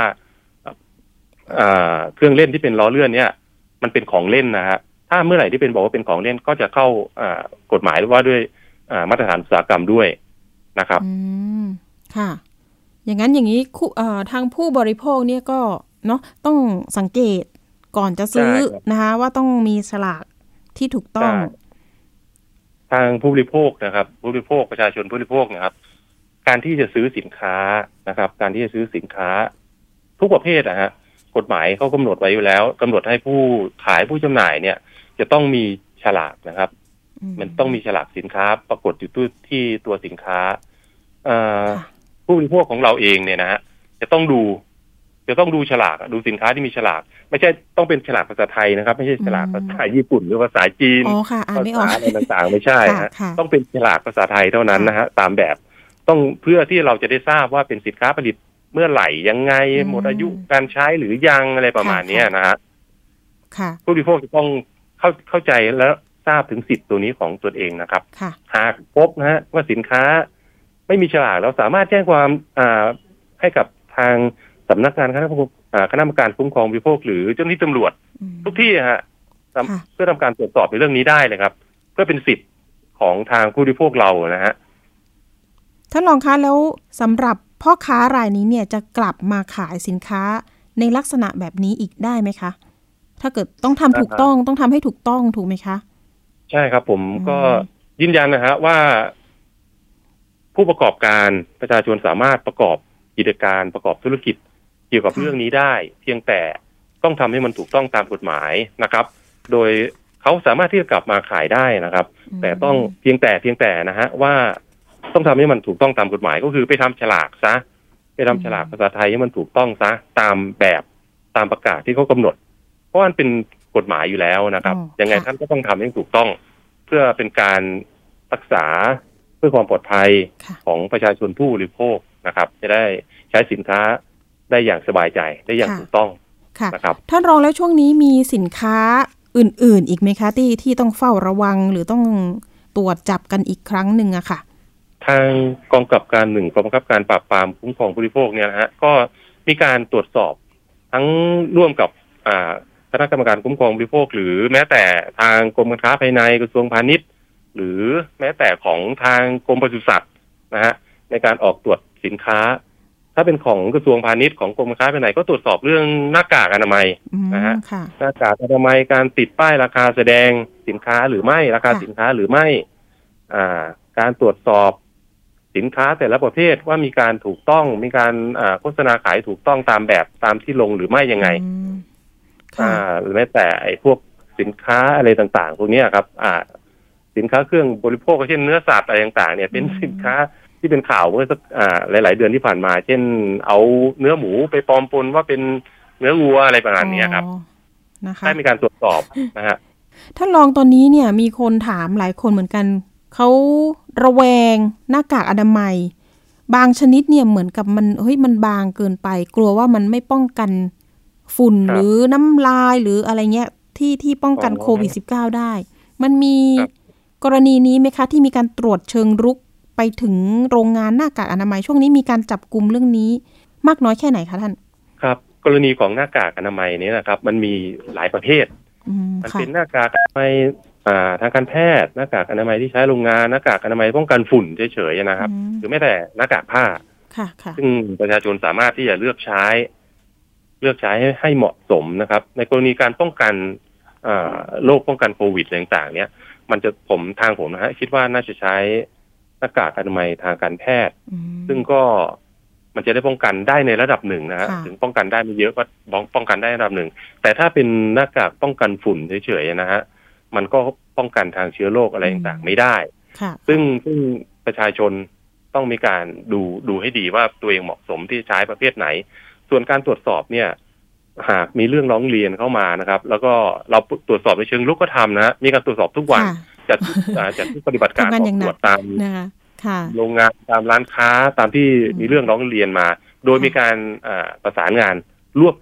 เครื่องเล่นที่เป็นล้อเลื่อนเนี่ยมันเป็นของเล่นนะฮะถ้าเมื่อไหร่ที่เป็นบอกว่าเป็นของเล่นก็จะเข้ากฎหมายว่าด้วยมาตรฐานอุตสาหกรรมด้วยนะครับค่ะอย่างนั้นอย่างนี้ทางผู้บริโภคเนี่ยก็เนาะต้องสังเกตก่อนจะซื้อนะคะว่าต้องมีฉลากที่ถูกต้องทางผู้บริโภคนะครับผู้บริโภคประชาชนผู้บริโภคนะครับการที่จะซื้อสินค้านะครับการที่จะซื้อสินค้าทุกประเภทนะฮะกฎหมายเขากำหนดไว้อยู่แล้วกำหนดให้ผู้ขายผู้จำหน่ายเนี่ยจะต้องมีฉลากนะครับมันต้องมีฉลากสินค้าปรากฏอยู่ที่ตัวสินค้าผู้บริโภคของเราเองเนี่ยนะฮะจะต้องดูฉลากดูสินค้าที่มีฉลากไม่ใช่ต้องเป็นฉลากภาษาไทยนะครับไม่ใช่ฉลากภาษาญี่ปุ่นหรือภาษาจีนภาษาอะไรต่างๆไม่ใช่ฮะต้องเป็นฉลากภาษาไทยเท่านั้นนะฮะตามแบบต้องเพื่อที่เราจะได้ทราบว่าเป็นสินค้าผลิตเมื่อไหร่ยังไงหมดอายุการใช้หรือยังอะไรประมาณนี้นะฮะผู้บริโภคจะต้องเข้าใจและทราบถึงสิทธิ์ตัวนี้ของตัวเองนะครับหากพบนะฮะว่าสินค้าไม่มีฉลากเราสามารถแจ้งความให้กับทางสำนักงานคณะกรรมการคุ้มครองผู้บริโภคหรือเจ้าหน้าที่ตำรวจทุกที่ฮะเพื่อทำการตรวจสอบในเรื่องนี้ได้เลยครับเพื่อเป็นสิทธิ์ของทางผู้บริโภคเรานะฮะท่านรองคะแล้วสำหรับพ่อค้ารายนี้เนี่ยจะกลับมาขายสินค้าในลักษณะแบบนี้อีกได้ไหมคะถ้าเกิดต้องทำถูกต้องทำให้ถูกต้องถูกไหมคะใช่ครับผมก็ยืนยันนะฮะว่าผู้ประกอบการประชาชนสามารถประกอบกิจการประกอบธุรกิจเกี่ยวกับเรื่องนี้ได้เพียงแต่ต้องทำให้มันถูกต้องตามกฎหมายนะครับโดยเขาสามารถที่จะกลับมาขายได้นะครับแต่ต้องเพียงแต่นะฮะว่าต้องทำให้มันถูกต้องตามกฎหมายก็คือไปทำฉลากซะไปทำฉลากภาษาไทยให้มันถูกต้องซะตามแบบตามประกาศที่เขากำหนดเพราะมันเป็นกฎหมายอยู่แล้วนะครับยังไงท่านก็ต้องทำให้ถูกต้องเพื่อเป็นการรักษาเพื่อความปลอดภัยของประชาชนผู้บริโภคนะครับจะได้ใช้สินค้าได้อย่างสบายใจได้อย่างถูกต้องนะครับท่านรองแล้วช่วงนี้มีสินค้าอื่นๆอีกไหมคะที่ต้องเฝ้าระวังหรือต้องตรวจจับกันอีกครั้งหนึ่งอะค่ะทางกองกำกับการ1กองบังคับการปราบปรามคุ้มครองผู้บริโภคเนี่ยนะฮะก็มีการตรวจสอบทั้งร่วมกับคณะกรรมการคุ้มครองผู้บริโภคหรือแม้แต่ทางกรมการค้าภายในกระทรวงพาณิชย์หรือแม้แต่ของทางกรมปศุสัตว์นะฮะในการออกตรวจสินค้าถ้าเป็นของกระทรวงพาณิชย์ของกรมการค้าภายในก็ตรวจสอบเรื่องหน้ากากอนามัยนะฮะหน้ากากอนามัยการติดป้ายราคาแสดงสินค้าหรือไม่ราคาสินค้าหรือไม่การตรวจสอบสินค้าแต่ละประเภทว่ามีการถูกต้องมีการโฆษณาขายถูกต้องตามแบบตามที่ลงหรือไม่ยังไงหรือแม้แต่ไอ้พวกสินค้าอะไรต่างๆพวกนี้ครับสินค้าเครื่องบริโภคเช่นเนื้อสัตว์อะไรต่างๆเนี่ยเป็นสินค้าที่เป็นข่าวเมื่อหลายๆเดือนที่ผ่านมาเช่นเอาเนื้อหมูไปปลอมปนว่าเป็นเนื้อวัวอะไรประมาณนี้ครับได้มีการตรวจสอบนะฮะท่านรองตอนนี้เนี่ยมีคนถามหลายคนเหมือนกันเขาระแวงหน้ากากอนามัยบางชนิดเนี่ยเหมือนกับมันบางเกินไปกลัวว่ามันไม่ป้องกันฝุ่นหรือน้ำลายหรืออะไรเงี้ยที่ป้องกันโควิด -19 ได้มันมีกรณีนี้ไหมคะที่มีการตรวจเชิงรุกไปถึงโรงงานหน้ากากอนามัยช่วงนี้มีการจับกุมเรื่องนี้มากน้อยแค่ไหนคะท่านครับกรณีของหน้ากากอนามัยนี้นะครับมันมีหลายประเภทมันเป็นหน้ากากอนามัยทางการแพทย์หน้ากากอนามัยที่ใช้โรงงานหน้ากากอนามัยป้องกันฝุ่นเฉยๆนะครับหรือแม้แต่หน้ากากผ้าซึ่งประชาชนสามารถที่จะเลือกใช้ให้เหมาะสมนะครับในกรณีการป้องกันโรคป้องกันโควิดต่างๆเนี้ยมันจะผมนะฮะคิดว่าน่าจะใช้หน้ากากอนามัยทางการแพทย์ซึ่งก็มันจะได้ป้องกันได้ในระดับหนึ่งนะฮะถึงป้องกันได้ไม่เยอะก็ป้องกันได้ระดับหนึ่งแต่ถ้าเป็นหน้ากากป้องกันฝุ่นเฉยๆนะฮะมันก็ป้องกันทางเชื้อโรคอะไรต่างๆไม่ได้ซึ่งประชาชนต้องมีการดูให้ดีว่าตัวเองเหมาะสมที่จะใช้ประเภทไหนส่วนการตรวจสอบเนี่ยหากมีเรื่องร้องเรียนเข้ามานะครับแล้วก็เราตรวจสอบในเชิงลุกก็ทำนะมีการตรวจสอบทุกวันจัดที่ปฏิบัติการออกตรวจตามโรงงานตามร้านค้าตามที่มีเรื่องร้องเรียนมาโดยมีการประสานงานร่วมกันกับ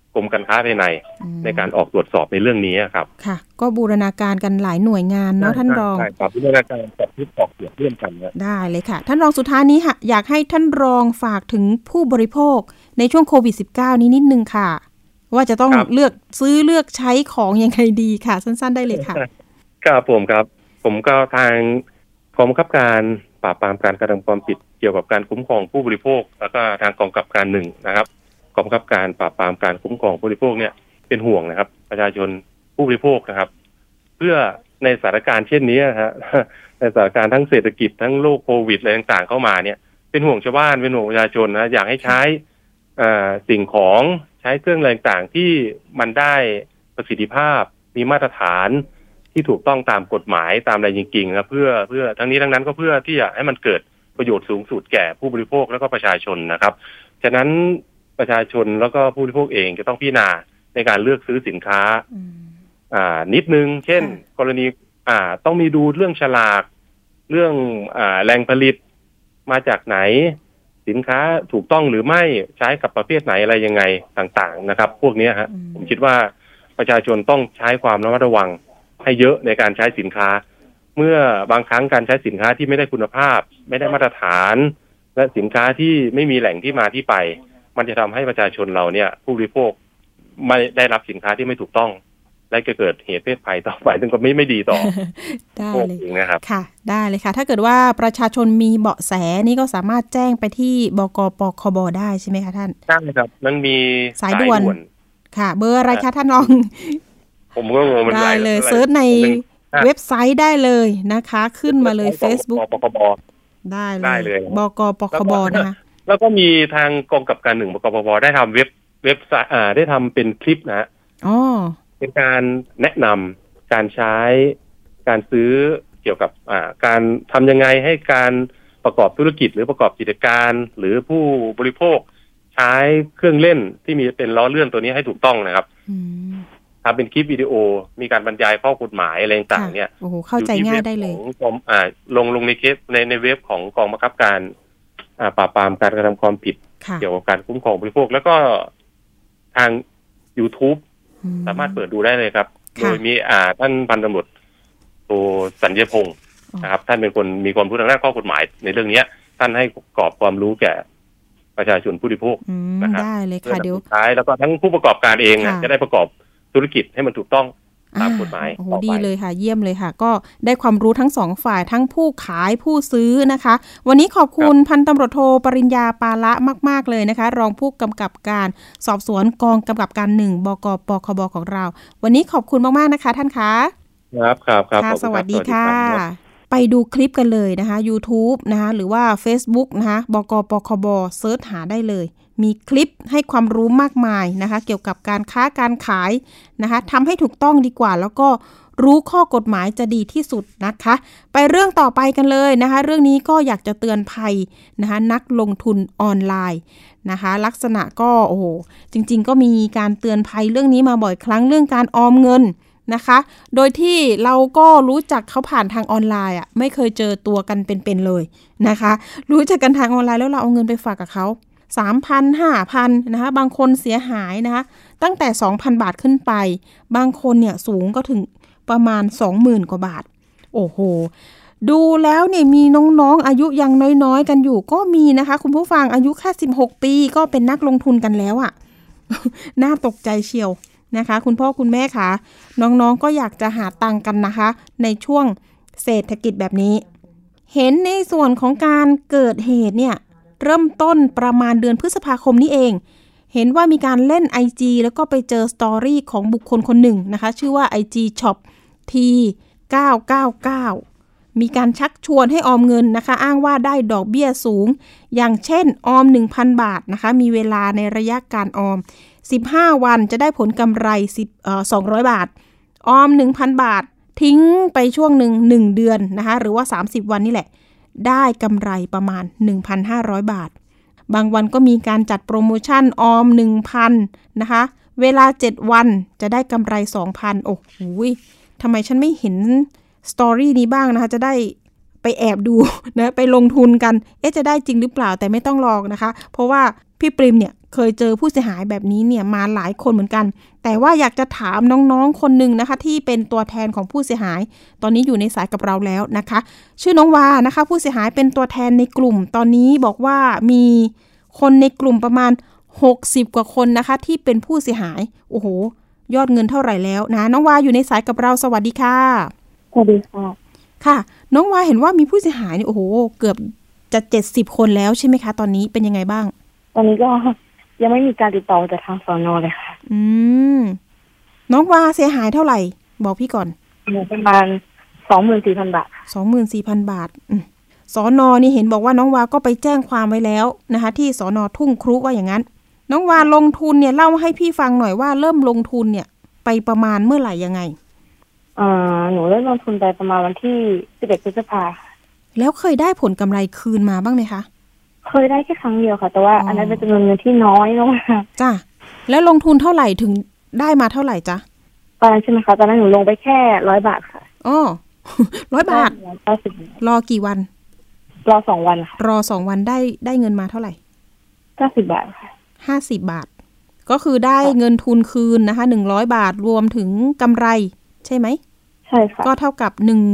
กรมการค้าภายในในการออกตรวจสอบในเรื่องนี้ครับค่ะก็บูรณาการกันหลายหน่วยงานเนาะท่านรองใช่ครับบูรณาการกับที่ออกตรวจร่วมกันได้เลยค่ะท่านรองสุดท้ายนี้ค่ะอยากให้ท่านรองฝากถึงผู้บริโภคในช่วงโควิด -19 นี้นิดนึงค่ะว่าจะต้องเลือกซื้อเลือกใช้ของยังไงดีค่ะสั้นๆได้เลยค่ะครับผมก็ทางกองบังคับการปราบปรามการกระทำความผิดเกี่ยวกับการคุ้มครองผู้บริโภคแล้วก็ทางกองกำกับการ1นะครับกองบังคับการปราบปรามการคุ้มครองผู้บริโภคเนี่ยเป็นห่วงนะครับประชาชนผู้บริโภคนะครับเพื่อในสถานการณ์เช่นนี้ฮะในสถานการณ์ทั้งเศรษฐกิจทั้งโรคโควิดอะไรต่างๆเข้ามาเนี่ยเป็นห่วงชาวบ้านเป็นห่วงประชาชนนะอยากให้ใช้สิ่งของใช้เครื่องอะไรต่างๆที่มันได้ประสิทธิภาพมีมาตรฐานที่ถูกต้องตามกฎหมายตามอะไรจริงๆนะเพื่อทั้งนี้ทั้งนั้นก็เพื่อที่จะให้มันเกิดประโยชน์สูงสุดแก่ผู้บริโภคแล้วก็ประชาชนนะครับฉะนั้นประชาชนแล้วก็ผู้บริโภคเองจะต้องพิจารณาในการเลือกซื้อสินค้านิดนึงเช่นกรณีต้องมีดูเรื่องฉลากเรื่องแหล่งผลิตมาจากไหนสินค้าถูกต้องหรือไม่ใช้กับประเภทไหนอะไรยังไงต่างๆนะครับพวกนี้ฮะผมคิดว่าประชาชนต้องใช้ความระมัดระวังให้เยอะในการใช้สินค้าเมื่อบางครั้งการใช้สินค้าที่ไม่ได้คุณภาพไม่ได้มาตรฐานและสินค้าที่ไม่มีแหล่งที่มาที่ไปมันจะทำให้ประชาชนเราเนี่ยผู้บริโภคไม่ได้รับสินค้าที่ไม่ถูกต้องและจะเกิดเหตุเพศภัยต่อไปซึ่งก็ไม่ดีต่อได้เลยนะครับค่ะได้เลยค่ะถ้าเกิดว่าประชาชนมีเบาะแสนี่ก็สามารถแจ้งไปที่บกปคบได้ใช่ไหมคะท่านใช่ครับมันมีสายด่วนค่ะเบอร์อะไรคะท่านลองผมก็งงมันได้เลยเซิร์ชในเว็บไซต์ได้เลยนะคะขึ้นมาเลย Facebook บกปได้เลยบกปคบนะคะแล้วก็มีทางกองกำกับการ1บกปปได้ทำเว็บไซต์ได้ทำเป็นคลิปนะฮะเป็นการแนะนำการใช้การซื้อเกี่ยวกับการทำยังไงให้การประกอบธุรกิจหรือประกอบกิจการหรือผู้บริโภคใช้เครื่องเล่นที่มีเป็นล้อเลื่อนตัวนี้ให้ถูกต้องนะครับทำเป็นคลิปวิดีโอมีการบรรยายข้อกฎหมายอะไรต่างๆเนี่ยโอ้โหเข้าใจง่ายได้เลยลงในคลิปในเว็บของกองบังคับการปราบปรามการกระทำความผิดเกี่ยวกับการคุ้มครองผู้บริโภคแล้วก็ทาง YouTube สามารถเปิดดูได้เลยครับโดยมีท่านพันตำรวจโทสัญญพงศ์นะครับท่านเป็นคนมีความรู้ทางด้านข้อกฎหมายในเรื่องนี้ท่านให้กรอบความรู้แก่ประชาชนผู้บริโภคนะครับได้เลยค่ะเดี๋ยวท้ายแล้วก็ทั้งผู้ประกอบการเองจะได้ประกอบธุรกิจให้มันถูกต้องตามกฎหมายโอ้โหดีเลยค่ะเยี่ยมเลยค่ะก็ได้ความรู้ทั้งสองฝ่ายทั้งผู้ขายผู้ซื้อนะคะวันนี้ขอบคุณพันตำรวจโทปริญญาปาละมากๆเลยนะคะรองผู้กำกับการสอบสวนกองกำกับการ1บกปคบของเราวันนี้ขอบคุณมากๆนะคะท่านคะครับสวัสดีค่ะไปดูคลิปกันเลยนะคะ YouTube นะคะหรือว่า Facebook นะคะบกปคบเซิร์ชหาได้เลยมีคลิปให้ความรู้มากมายนะคะเกี่ยวกับการค้าการขายนะคะทำให้ถูกต้องดีกว่าแล้วก็รู้ข้อกฎหมายจะดีที่สุดนะคะไปเรื่องต่อไปกันเลยนะคะเรื่องนี้ก็อยากจะเตือนภัยนะคะนักลงทุนออนไลน์นะคะลักษณะก็โอ้โหจริงๆก็มีการเตือนภัยเรื่องนี้มาบ่อยครั้งเรื่องการออมเงินนะคะโดยที่เราก็รู้จักเขาผ่านทางออนไลน์ไม่เคยเจอตัวกันเป็นๆเลยนะคะรู้จักกันทางออนไลน์แล้วเราเอาเงินไปฝากกับเขา 3,000 5,000 นะคะบางคนเสียหายนะคะตั้งแต่ 2,000 บาทขึ้นไปบางคนเนี่ยสูงก็ถึงประมาณ 20,000 กว่าบาทโอ้โหดูแล้วเนี่ยมีน้องๆอายุยังน้อยๆกันอยู่ก็มีนะคะคุณผู้ฟังอายุแค่16ปีก็เป็นนักลงทุนกันแล้วน่าตกใจเชียวนะคะคุณพ่อคุณแม่คะน้องๆก็อยากจะหาตังค์กันนะคะในช่วงเศรษฐกิจแบบนี้เห็นในส่วนของการเกิดเหตุเนี่ยเริ่มต้นประมาณเดือนพฤษภาคมนี้เองเห็นว่ามีการเล่น IG แล้วก็ไปเจอสตอรี่ของบุคคลคนหนึ่งนะคะชื่อว่า IG Shop T999 มีการชักชวนให้ออมเงินนะคะอ้างว่าได้ดอกเบี้ยสูงอย่างเช่นออม 1,000 บาทนะคะมีเวลาในระยะการออม15วันจะได้ผลกำไร200 บาทออม 1,000 บาททิ้งไปช่วง1เดือนนะคะหรือว่า30วันนี่แหละได้กำไรประมาณ 1,500 บาทบางวันก็มีการจัดโปรโมชั่นออม 1,000 นะคะเวลา7วันจะได้กำไร 2,000 โอ้โหทำไมฉันไม่เห็นสตอรี่นี้บ้างนะคะจะได้ไปแอบดูนะไปลงทุนกันจะได้จริงหรือเปล่าแต่ไม่ต้องลองนะคะเพราะว่าพี่ปริมเนี่ยเคยเจอผู้เสียหายแบบนี้เนี่ยมาหลายคนเหมือนกันแต่ว่าอยากจะถามน้องๆคนหนึ่งนะคะที่เป็นตัวแทนของผู้เสียหายตอนนี้อยู่ในสายกับเราแล้วนะคะชื่อน้องวานะคะผู้เสียหายเป็นตัวแทนในกลุ่มตอนนี้บอกว่ามีคนในกลุ่มประมาณ60กว่าคนนะคะที่เป็นผู้เสียหายโอ้โหยอดเงินเท่าไหร่แล้วนะน้องวาอยู่ในสายกับเราสวัสดีค่ะสวัสดีค่ะค่ะน้องวาเห็นว่ามีผู้เสียหายเนี่ยโอ้โหเกือบจะ70คนแล้วใช่ไหมคะตอนนี้เป็นยังไงบ้างตอนนี้ก็ยังไม่มีการติดต่อจากทางสน.เลยค่ะน้องวาเสียหายเท่าไหร่บอกพี่ก่อนประมาณ 24,000 บาท 24,000 บาทสน.นี่เห็นบอกว่าน้องวาก็ไปแจ้งความไว้แล้วนะคะที่สน.ทุ่งครุว่าอย่างนั้นน้องวาลงทุนเนี่ยเล่าให้พี่ฟังหน่อยว่าเริ่มลงทุนเนี่ยไปประมาณเมื่อไหร่ยังไงหนูเริ่มลงทุนไปประมาณวันที่11พฤษภาคมแล้วเคยได้ผลกำไรคืนมาบ้างไหมคะเคยได้แค่ครั้งเดียวค่ะแต่ว่าอันนั้นเป็นจำนวนเงินที่น้อยมากจ้ะแล้วลงทุนเท่าไหร่ถึงได้มาเท่าไหร่จ๊ะตอนนั้นใช่ไหมคะตอนนั้นหนูลงไปแค่100 บาทค่ะอ๋อ100 บาทรอกี่วันรอ2 วันค่ะรอ2 วันได้เงินมาเท่าไหร่ 90 บาทค่ะ 50 บาทก็คือได้เงินทุนคืนนะคะ100 บาทรวมถึงกำไรใช่ไหมใช่ค่ะก็เท่ากับ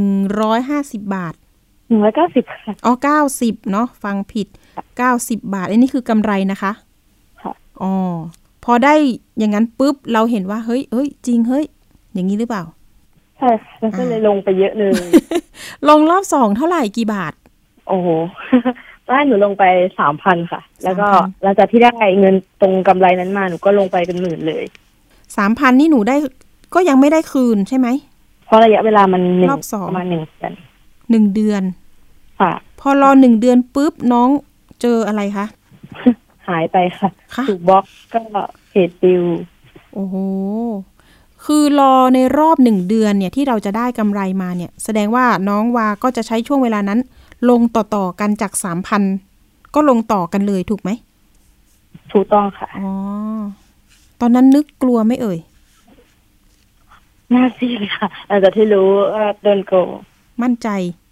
150 บาท 190ค่ะอ๋อ90เนาะฟังผิด90 บาทอันนี้คือกำไรนะคะค่ะอ๋อพอได้อย่างนั้นปุ๊บเราเห็นว่าเฮ้ยจริงเฮ้ยอย่างนี้หรือเปล่าใช่ค่ะก็เลยลงไปเยอะเลยลงรอบ2เท่าไหร่กี่บาทโอ้โหตอนหนูลงไป 3,000 ค่ะแล้วก็หลังจากที่ได้เงินตรงกำไรนั้นมาหนูก็ลงไปเป็นหมื่นเลย 3,000 นี่หนูได้ก็ยังไม่ได้คืนใช่ไหมเพราะระยะเวลามันประมาณ1 เดือน 1 เดือนค่ะพอรอ1 เดือนปุ๊บน้องเจออะไรคะหายไปค่ะถูกบล็อกก็เพจปิวโอ้โหคือรอในรอบ1 เดือนเนี่ยที่เราจะได้กำไรมาเนี่ยแสดงว่าน้องวาก็จะใช้ช่วงเวลานั้นลงต่อกันจาก 3,000 ก็ลงต่อกันเลยถูกไหมถูกต้องค่ะอ๋อตอนนั้นนึกกลัวไหมเอ่ยน่าซีเลยค่ะแต่ที่รู้ว่าโดนโกงมั่นใจ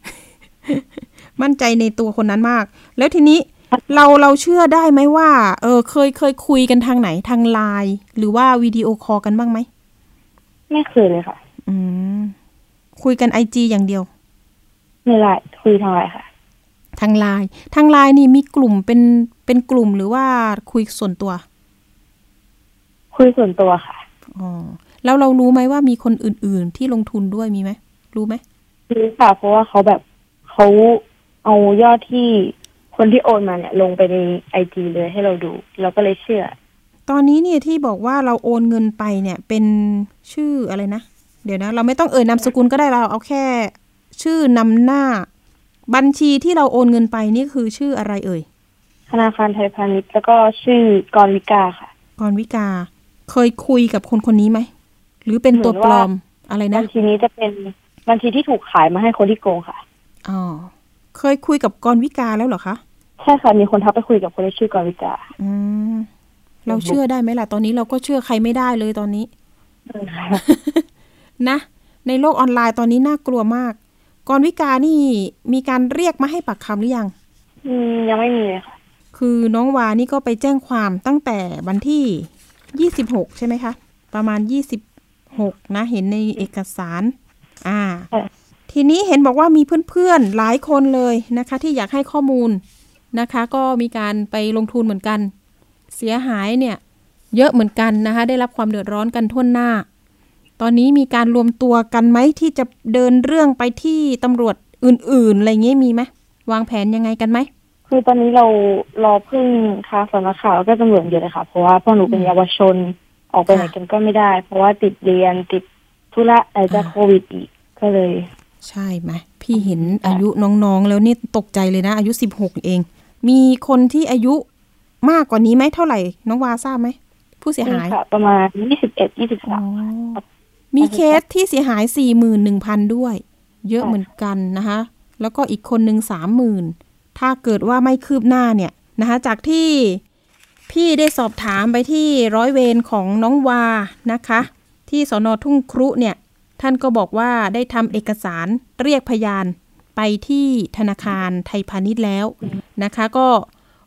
ในตัวคนนั้นมากแล้วทีนี้เราเชื่อได้ไหมว่าเคยคุยกันทางไหนทางไลน์หรือว่าวิดีโอคอลกันบ้างไหมไม่เคยเลยค่ะคุยกัน IG อย่างเดียวไม่ไลน์คุยทางไลน์ค่ะทางไลน์นี่มีกลุ่มเป็นกลุ่มหรือว่าคุยส่วนตัวคุยส่วนตัวค่ะอ๋อแล้วเรารู้ไหมว่ามีคนอื่นๆที่ลงทุนด้วยมีไหมรู้ไหมรู้ค่ะเพราะว่าเขาเอายอดที่คนที่โอนมาเนี่ยลงไปใน IG เลยให้เราดูเราก็เลยเชื่อตอนนี้เนี่ยที่บอกว่าเราโอนเงินไปเนี่ยเป็นชื่ออะไรนะเดี๋ยวนะเราไม่ต้องนามสกุลก็ได้เราเอาแค่ชื่อนำหน้าบัญชีที่เราโอนเงินไปนี่คือชื่ออะไรเอ่ยธนาคารไทยพาณิชย์แล้วก็ชื่อกรวิกาค่ะกรวิกาเคยคุยกับคนนี้ไหมหรือเป็นตัวปลอมอะไรนะบัญชีนี้จะเป็นบัญชีที่ถูกขายมาให้คนที่โกงค่ะอ๋อเคยคุยกับกรวิกาแล้วเหรอคะใช่ค่ะมีคนทักไปคุยกับคนที่ชื่อกรวิกาเราเชื่อได้ไหมล่ะตอนนี้เราก็เชื่อใครไม่ได้เลยตอนนี้ นะในโลกออนไลน์ตอนนี้น่ากลัวมากกรวิกานี่มีการเรียกมาให้ปากคำหรือยังยังไม่มีเลยค่ะคือน้องวานี่ก็ไปแจ้งความตั้งแต่วันที่26ใช่ไหมคะประมาณ26นะเห็นในเอกสารทีนี้เห็นบอกว่ามีเพื่อนๆหลายคนเลยนะคะที่อยากให้ข้อมูลนะคะก็มีการไปลงทุนเหมือนกันเสียหายเนี่ยเยอะเหมือนกันนะคะได้รับความเดือดร้อนกันทั่วหน้าตอนนี้มีการรวมตัวกันไหมที่จะเดินเรื่องไปที่ตำรวจอื่นๆอะไรเงี้ยมีไหมวางแผนยังไงกันไหมคือตอนนี้เรารอพึ่งค่ะสำนักข่าวแล้วก็ตำรวจเยอะเลยค่ะเพราะว่าพวกหนูเป็นเยาวชนออกไปไหนกันก็ไม่ได้เพราะว่าติดเรียนติดธุระอะไรจากโควิดอีกก็เลยใช่ไหมพี่เห็นอายุน้องๆแล้วนี่ตกใจเลยนะอายุ16เองมีคนที่อายุมากกว่านี้ไหมเท่าไหร่น้องวาทราบไหมผู้เสียหายค่ะประมาณ21-23 มีเคสที่เสียหาย 41,000 ด้วยเยอะเหมือนกันนะคะแล้วก็อีกคนนึง 30,000 ถ้าเกิดว่าไม่คืบหน้าเนี่ยนะคะจากที่พี่ได้สอบถามไปที่ร้อยเวรของน้องวานะคะที่สน.ทุ่งครุเนี่ยท่านก็บอกว่าได้ทำเอกสารเรียกพยานไปที่ธนาคารไทยพาณิชย์แล้วนะคะก็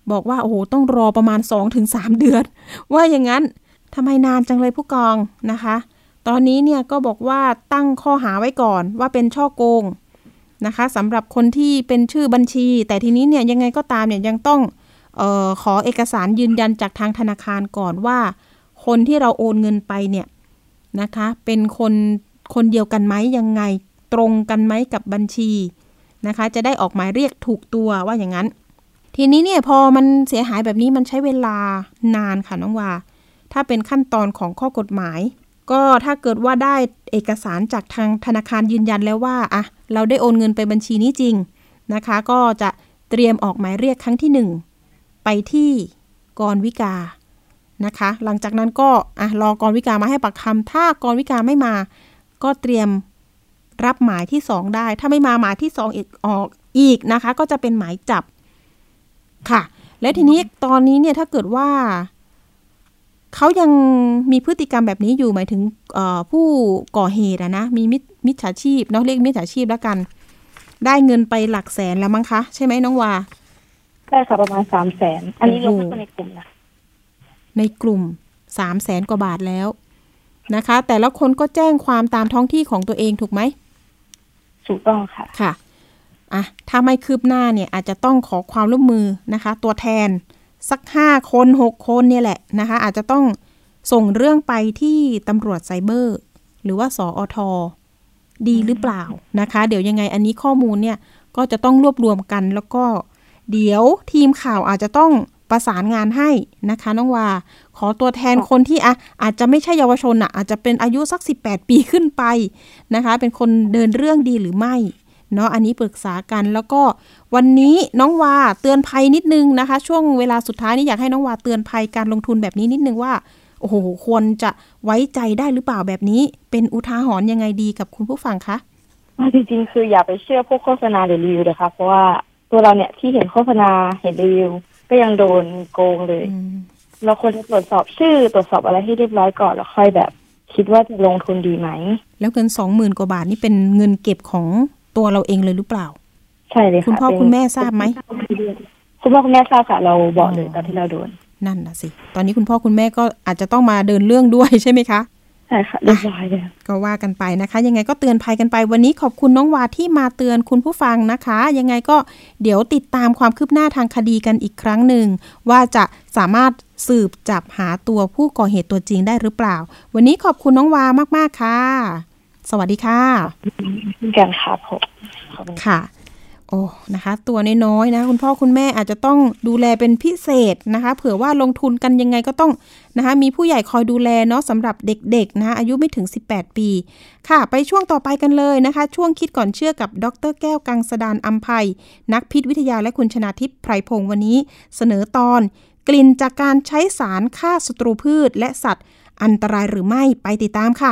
บอกว่าโอ้โหต้องรอประมาณ 2-3 เดือนว่าอย่างนั้นทำไมนานจังเลยผู้กองนะคะตอนนี้เนี่ยก็บอกว่าตั้งข้อหาไว้ก่อนว่าเป็นฉ้อโกงนะคะสำหรับคนที่เป็นชื่อบัญชีแต่ทีนี้เนี่ยยังไงก็ตามเนี่ยยังต้องขอเอกสารยืนยันจากทางธนาคารก่อนว่าคนที่เราโอนเงินไปเนี่ยนะคะเป็นคนเดียวกันไหมยังไงตรงกันไหมกับบัญชีนะคะจะได้ออกหมายเรียกถูกตัวว่าอย่างนั้นทีนี้เนี่ยพอมันเสียหายแบบนี้มันใช้เวลานานค่ะน้องวาถ้าเป็นขั้นตอนของข้อกฎหมายก็ถ้าเกิดว่าได้เอกสารจากทางธนาคารยืนยันแล้วว่าอ่ะเราได้โอนเงินไปบัญชีนี้จริงนะคะก็จะเตรียมออกหมายเรียกครั้งที่1ไปที่กรวิกานะคะหลังจากนั้นก็รอกรวิกามาให้ปากคำถ้ากรวิกาไม่มาก็เตรียมรับหมายที่2ได้ถ้าไม่มาหมายที่2ออกอีกนะคะก็จะเป็นหมายจับค่ะและทีนี้ตอนนี้เนี่ยถ้าเกิดว่าเขายังมีพฤติกรรมแบบนี้อยู่หมายถึงผู้ก่อเหตุนะมีมิจฉาชีพเนาะเรียกมิจฉาชีพแล้วกันได้เงินไปหลักแสนแล้วมั้งคะใช่ไหมน้องวาใช่ค่ะประมาณ 300,000 อันนี้รวมทั้งในกลุ่มนะในกลุ่ม 300,000 กว่าบาทแล้วนะคะแต่ละคนก็แจ้งความตามท้องที่ของตัวเองถูกไหมถูกต้องค่ะค่ะถ้าไม่คืบหน้าเนี่ยอาจจะต้องขอความร่วมมือนะคะตัวแทนสัก5 คน 6 คนเนี่ยแหละนะคะอาจจะต้องส่งเรื่องไปที่ตำรวจไซเบอร์หรือว่าสอท.ดีหรือเปล่านะคะเดี๋ยวยังไงอันนี้ข้อมูลเนี่ยก็จะต้องรวบรวมกันแล้วก็เดี๋ยวทีมข่าวอาจจะต้องประสานงานให้นะคะน้องวาขอตัวแทนคนที่อาจจะไม่ใช่เยาวชนอาจจะเป็นอายุสัก18 ปีขึ้นไปนะคะเป็นคนเดินเรื่องดีหรือไม่เนาะอันนี้ปรึกษากันแล้วก็วันนี้น้องวาเตือนภัยนิดนึงนะคะช่วงเวลาสุดท้ายนี่อยากให้น้องวาเตือนภัยการลงทุนแบบนี้นิดนึงว่าโอ้โหควรจะไว้ใจได้หรือเปล่าแบบนี้เป็นอุทาหรณ์ยังไงดีกับคุณผู้ฟังคะจริงๆคืออย่าไปเชื่อพวกโฆษณาหรือรีวิวเลยค่ะเพราะว่าตัวเราเนี่ยที่เห็นโฆษณาเห็นรีวิวก็ยังโดนโกงเลยเราควรจะตรวจสอบชื่อตรวจสอบอะไรให้เรียบร้อยก่อนแล้วค่อยแบบคิดว่าจะลงทุนดีไหมแล้วเงิน 20,000 กว่าบาทนี่เป็นเงินเก็บของตัวเราเองเลยหรือเปล่าใช่เลยค่ะคุณพ่อคุณแม่ทราบไหมคุณพ่อคุณแม่ทราบค่ะเราบอกเลยตอนที่เราโดนนั่นน่ะสิตอนนี้คุณพ่อคุณแม่ก็อาจจะต้องมาเดินเรื่องด้วยใช่ไหมคะใช่ค่ะเรียบร้อยแล้วก็ว่ากันไปนะคะยังไงก็เตือนภัยกันไปวันนี้ขอบคุณน้องวาที่มาเตือนคุณผู้ฟังนะคะยังไงก็เดี๋ยวติดตามความคืบหน้าทางคดีกันอีกครั้งหนึ่งว่าจะสามารถสืบจับหาตัวผู้ก่อเหตุตัวจริงได้หรือเปล่าวันนี้ขอบคุณน้องวามากๆค่ะสวัสดีค่ะกันค่ะผมค่ะโอ้นะคะตัวน้อยๆนะคุณพ่อคุณแม่อาจจะต้องดูแลเป็นพิเศษนะคะเผื่อว่าลงทุนกันยังไงก็ต้องนะคะมีผู้ใหญ่คอยดูแลเนาะสำหรับเด็กๆนะคะอายุไม่ถึง18 ปีค่ะไปช่วงต่อไปกันเลยนะคะช่วงคิดก่อนเชื่อกับดร.แก้วกังสดาลอำไพนักพิษวิทยาและคุณชนาทิพย์ไพรพงศ์วันนี้เสนอตอนกลิ่นจากการใช้สารฆ่าศัตรูพืชและสัตว์อันตรายหรือไม่ไปติดตามค่ะ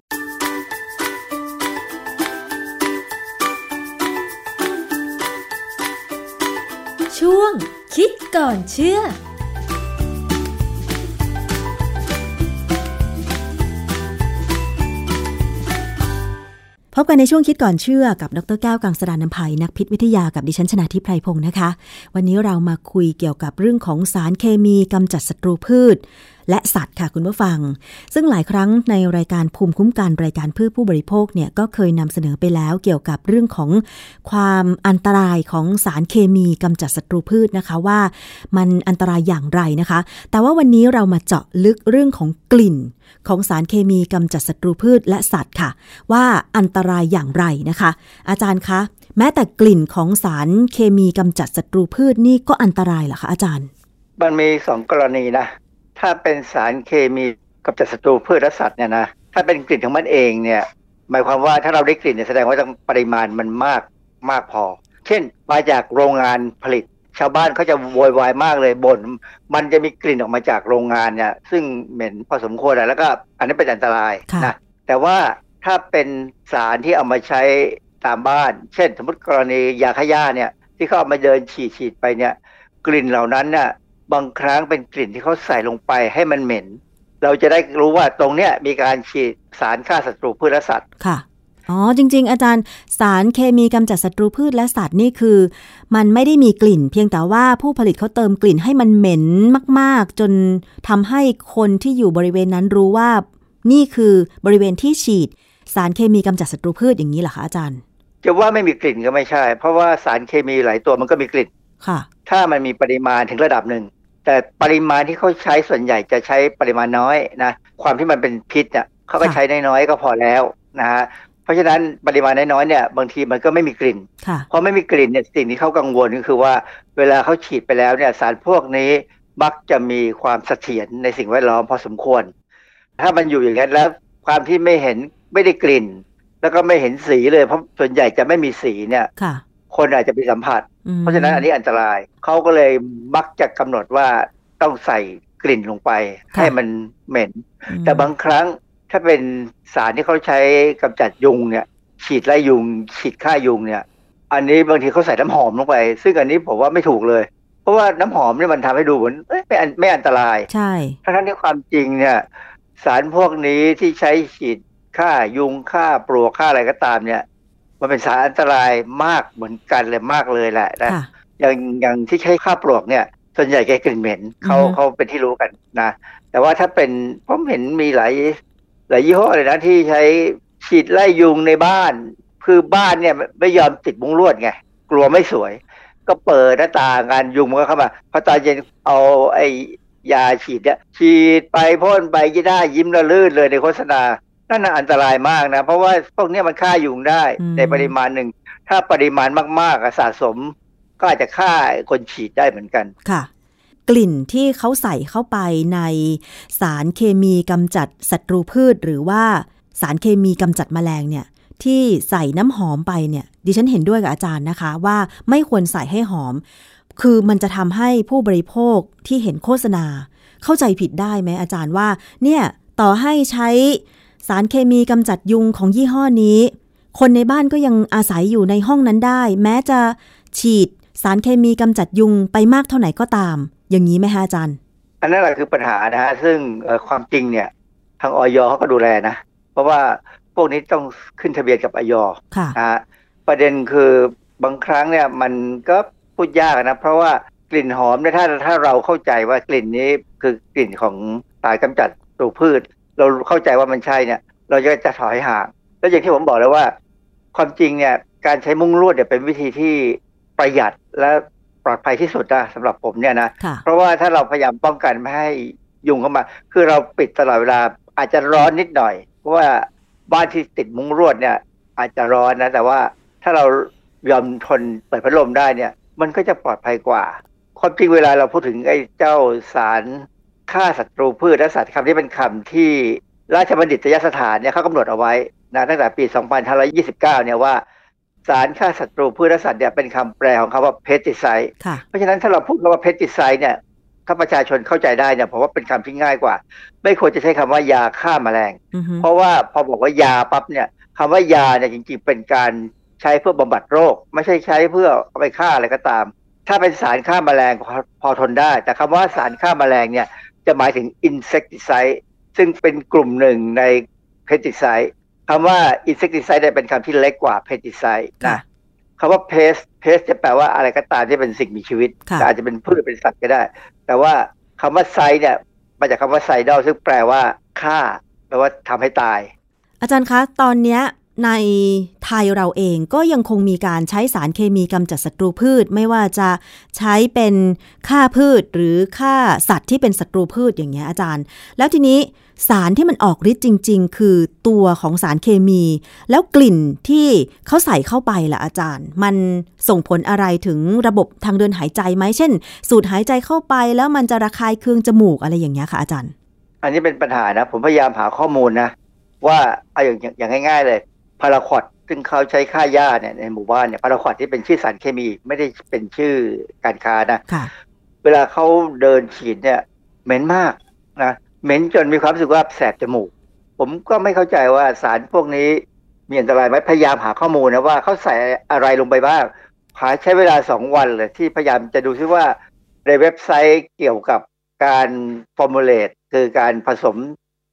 ช่วงคิดก่อนเชื่อพบกันในช่วงคิดก่อนเชื่อกับดร.แก้วกังสดาลอำไพนักพิษวิทยากับดิฉันชนาทิพย์ไพรพงศ์นะคะวันนี้เรามาคุยเกี่ยวกับเรื่องของสารเคมีกำจัดศัตรูพืชและสัตว์ค่ะคุณผู้ฟังซึ่งหลายครั้งในรายการภูมิคุ้มกันรายการเพื่อผู้บริโภคเนี่ยก็เคยนำเสนอไปแล้วเกี่ยวกับเรื่องของความอันตรายของสารเคมีกำจัดศัตรูพืชนะคะว่ามันอันตรายอย่างไรนะคะแต่ว่าวันนี้เรามาเจาะลึกเรื่องของกลิ่นของสารเคมีกำจัดศัตรูพืชและสัตว์ค่ะว่าอันตรายอย่างไรนะคะอาจารย์คะแม้แต่กลิ่นของสารเคมีกำจัดศัตรูพืชนี่ก็อันตรายเหรอคะอาจารย์มันมี2 กรณีนะถ้าเป็นสารเคมีกำจัดศัตรูพืชและสัตว์เนี่ยนะถ้าเป็นกลิ่นของมันเองเนี่ยหมายความว่าถ้าเราได้กลิ่นเนี่ยแสดงว่าปริมาณมันมากพอเช่นมาจากโรงงานผลิตชาวบ้านเขาจะโวยวายมากเลยบ่นมันจะมีกลิ่นออกมาจากโรงงานเนี่ยซึ่งเหม็นพอสมควรแล้วก็อันนี้เป็นอันตรายนะแต่ว่าถ้าเป็นสารที่เอามาใช้ตามบ้านเช่นสมมติกรณียาฆ่าหญ้าเนี่ยที่เขาเอามาเดินฉีดไปเนี่ยกลิ่นเหล่านั้นเนี่ยบางครั้งเป็นกลิ่นที่เขาใส่ลงไปให้มันเหม็นเราจะได้รู้ว่าตรงเนี้ยมีการฉีดสารฆ่าศัตรูพืชและสัตว์ค่ะอ๋อจริงๆอาจารย์สารเคมีกำจัดศัตรูพืชและสัตว์นี่คือมันไม่ได้มีกลิ่นเพียงแต่ว่าผู้ผลิตเขาเติมกลิ่นให้มันเหม็นมากๆจนทำให้คนที่อยู่บริเวณนั้นรู้ว่านี่คือบริเวณที่ฉีดสารเคมีกำจัดศัตรูพืชอย่างนี้เหรอคะอาจารย์จะว่าไม่มีกลิ่นก็ไม่ใช่เพราะว่าสารเคมีหลายตัวมันก็มีกลิ่นค่ะถ้ามันมีปริมาณถึงระดับหนึ่งแต่ปริมาณที่เขาใช้ส่วนใหญ่จะใช้ปริมาณน้อยนะความที่มันเป็นพิษเนี่ยเขาก็ใช้น้อยๆก็พอแล้วนะฮะเพราะฉะนั้นปริมาณน้อยๆเนี่ยบางทีมันก็ไม่มีกลิ่นพอไม่มีกลิ่นเนี่ยสิ่งที่เขากังวลก็คือว่าเวลาเขาฉีดไปแล้วเนี่ยสารพวกนี้มักจะมีความเสถียรในสิ่งแวดล้อมพอสมควรถ้ามันอยู่อย่างนั้นแล้วความที่ไม่ได้กลิ่นแล้วก็ไม่เห็นสีเลยเพราะส่วนใหญ่จะไม่มีสีเนี่ยคนอาจจะไปสัมผัสเพราะฉะนั้นอันนี้อันตรายเขาก็เลยมักจะกำหนดว่าต้องใส่กลิ่นลงไปให้มันเหม็นแต่บางครั้งถ้าเป็นสารที่เขาใช้กำจัดยุงเนี่ยฉีดไล่ยุงฉีดฆ่ายุงเนี่ยอันนี้บางทีเขาใส่น้ำหอมลงไปซึ่งอันนี้ผมว่าไม่ถูกเลยเพราะว่าน้ำหอมเนี่ยมันทำให้ดูเหมือนไม่อันตรายใช่ทั้งที่ความจริงเนี่ยสารพวกนี้ที่ใช้ฉีดฆ่ายุงฆ่าปลวกฆ่าอะไรก็ตามเนี่ยมันเป็นสารอันตรายมากเหมือนกันเลยมากเลยแหละนะอย่างที่ใช้ฆ่าปลวกเนี่ยส่วนใหญ่แกกลิ่นเหม็นเขาเป็นที่รู้กันนะแต่ว่าถ้าเป็นผมเห็นมีหลายยี่ห้อเลยนะที่ใช้ฉีดไล่ยุงในบ้านคือบ้านเนี่ยไม่ยอมติดมุ้งลวดไงกลัวไม่สวยก็เปิดหน้าต่างกันยุงมันก็เข้ามาพอตอนเย็นเอาไอ้ยาฉีดเนี่ยฉีดไปพ่นไปยี่ได้ยิ้มระลื่นเลยในโฆษณานั่นน่ะอันตรายมากนะเพราะว่าพวกนี้มันฆ่ายุงได้ในปริมาณหนึ่งถ้าปริมาณมากๆสะสมก็อาจจะฆ่าคนฉีดได้เหมือนกันค่ะกลิ่นที่เขาใส่เข้าไปในสารเคมีกำจัดศัตรูพืชหรือว่าสารเคมีกำจัดแมลงเนี่ยที่ใส่น้ำหอมไปเนี่ยดิฉันเห็นด้วยกับอาจารย์นะคะว่าไม่ควรใส่ให้หอมคือมันจะทำให้ผู้บริโภคที่เห็นโฆษณาเข้าใจผิดได้ไหมอาจารย์ว่าเนี่ยต่อให้ใช้สารเคมีกำจัดยุงของยี่ห้อนี้คนในบ้านก็ยังอาศัยอยู่ในห้องนั้นได้แม้จะฉีดสารเคมีกำจัดยุงไปมากเท่าไหร่ก็ตามอย่างนี้ไหมฮะอาจารย์อันนั้นแหละคือปัญหานะฮะซึ่งความจริงเนี่ยทางอย.เขาก็ดูแลนะเพราะว่าพวกนี้ต้องขึ้นทะเบียนกับอย.นะฮะประเด็นคือบางครั้งเนี่ยมันก็พูดยากนะเพราะว่ากลิ่นหอมเนี่ยถ้าเราเข้าใจว่ากลิ่นนี้คือกลิ่นของสารกำจัดศัตรูพืชเราเข้าใจว่ามันใช่เนี่ยเราจะถอยห่างแล้วอย่างที่ผมบอกแล้วว่าความจริงเนี่ยการใช้มุ้งลวดเนี่ยเป็นวิธีที่ประหยัดและปลอดภัยที่สุดนะสำหรับผมเนี่ยนะเพราะว่าถ้าเราพยายามป้องกันไม่ให้ยุงเข้ามาคือเราปิดตลอดเวลาอาจจะร้อนนิดหน่อยเพราะว่าบ้านที่ติดมุ้งลวดเนี่ยอาจจะร้อนนะแต่ว่าถ้าเรายอมทนเปิดพัดลมได้เนี่ยมันก็จะปลอดภัยกว่าความจริงเวลาเราพูดถึงไอ้เจ้าสารฆ่าศัตรูพืชและสัตว์คำนี้เป็นคำที่ราชบัณฑิตยสถานเนี่ยเขากำหนดเอาไว้นะตั้งแต่ปี 2529 เนี่ยว่าสารฆ่าศัตรูพืชและสัตว์เนี่ยเป็นคำแปลของคำว่า pesticide เพราะฉะนั้นถ้าเราพูดคำว่า pesticide เนี่ยถ้าประชาชนเข้าใจได้เนี่ยผมว่าเป็นคำที่ง่ายกว่าไม่ควรจะใช้คำว่ายาฆ่าแมลงเพราะว่าพอบอกว่ายาปั๊บเนี่ยคำว่ายาเนี่ยจริงๆเป็นการใช้เพื่อบำบัดโรคไม่ใช่ใช้เพื่อเอาไปฆ่าอะไรก็ตามถ้าเป็นสารฆ่าแมลงพอทนได้แต่คำว่าสารฆ่าแมลงเนี่ยจะหมายถึง insecticide ซึ่งเป็นกลุ่มหนึ่งใน pesticide คำว่า insecticide เป็นคำที่เล็กกว่า pesticide นะคำว่า pest จะแปลว่าอะไรก็ตามที่เป็นสิ่งมีชีวิตแต่อาจจะเป็นพืชเป็นสัตว์ก็ได้แต่ว่าคำว่า side เนี่ยมาจากคำว่า sidal ซึ่งแปลว่าฆ่าแปลว่าทำให้ตายอาจารย์คะตอนนี้ในไทยเราเองก็ยังคงมีการใช้สารเคมีกำจัดศัตรูพืชไม่ว่าจะใช้เป็นฆ่าพืชหรือฆ่าสัตว์ที่เป็นศัตรูพืชอย่างเงี้ยอาจารย์แล้วทีนี้สารที่มันออกฤทธิ์จริงๆคือตัวของสารเคมีแล้วกลิ่นที่เขาใส่เข้าไปล่ะอาจารย์มันส่งผลอะไรถึงระบบทางเดินหายใจไหมเช่นสูดหายใจเข้าไปแล้วมันจะระคายเคืองจมูกอะไรอย่างเงี้ยค่ะอาจารย์อันนี้เป็นปัญหานะผมพยายามหาข้อมูลนะว่าเอาอย่างง่ายๆเลยพาราควอดซึ่งเขาใช้ฆ่าหญ้าเนี่ยในหมู่บ้านเนี่ยพาราควอดที่เป็นชื่อสารเคมีไม่ได้เป็นชื่อการค้านะเวลาเขาเดินฉีดเนี่ยเหม็นมากนะเหม็นจนมีความรู้สึกว่าแสบจมูกผมก็ไม่เข้าใจว่าสารพวกนี้มีอันตรายไหมพยายามหาข้อมูลนะว่าเขาใส่อะไรลงไปบ้างใช้เวลา2 วันเลยที่พยายามจะดูซิว่าในเว็บไซต์เกี่ยวกับการฟอร์มูเลตคือการผสม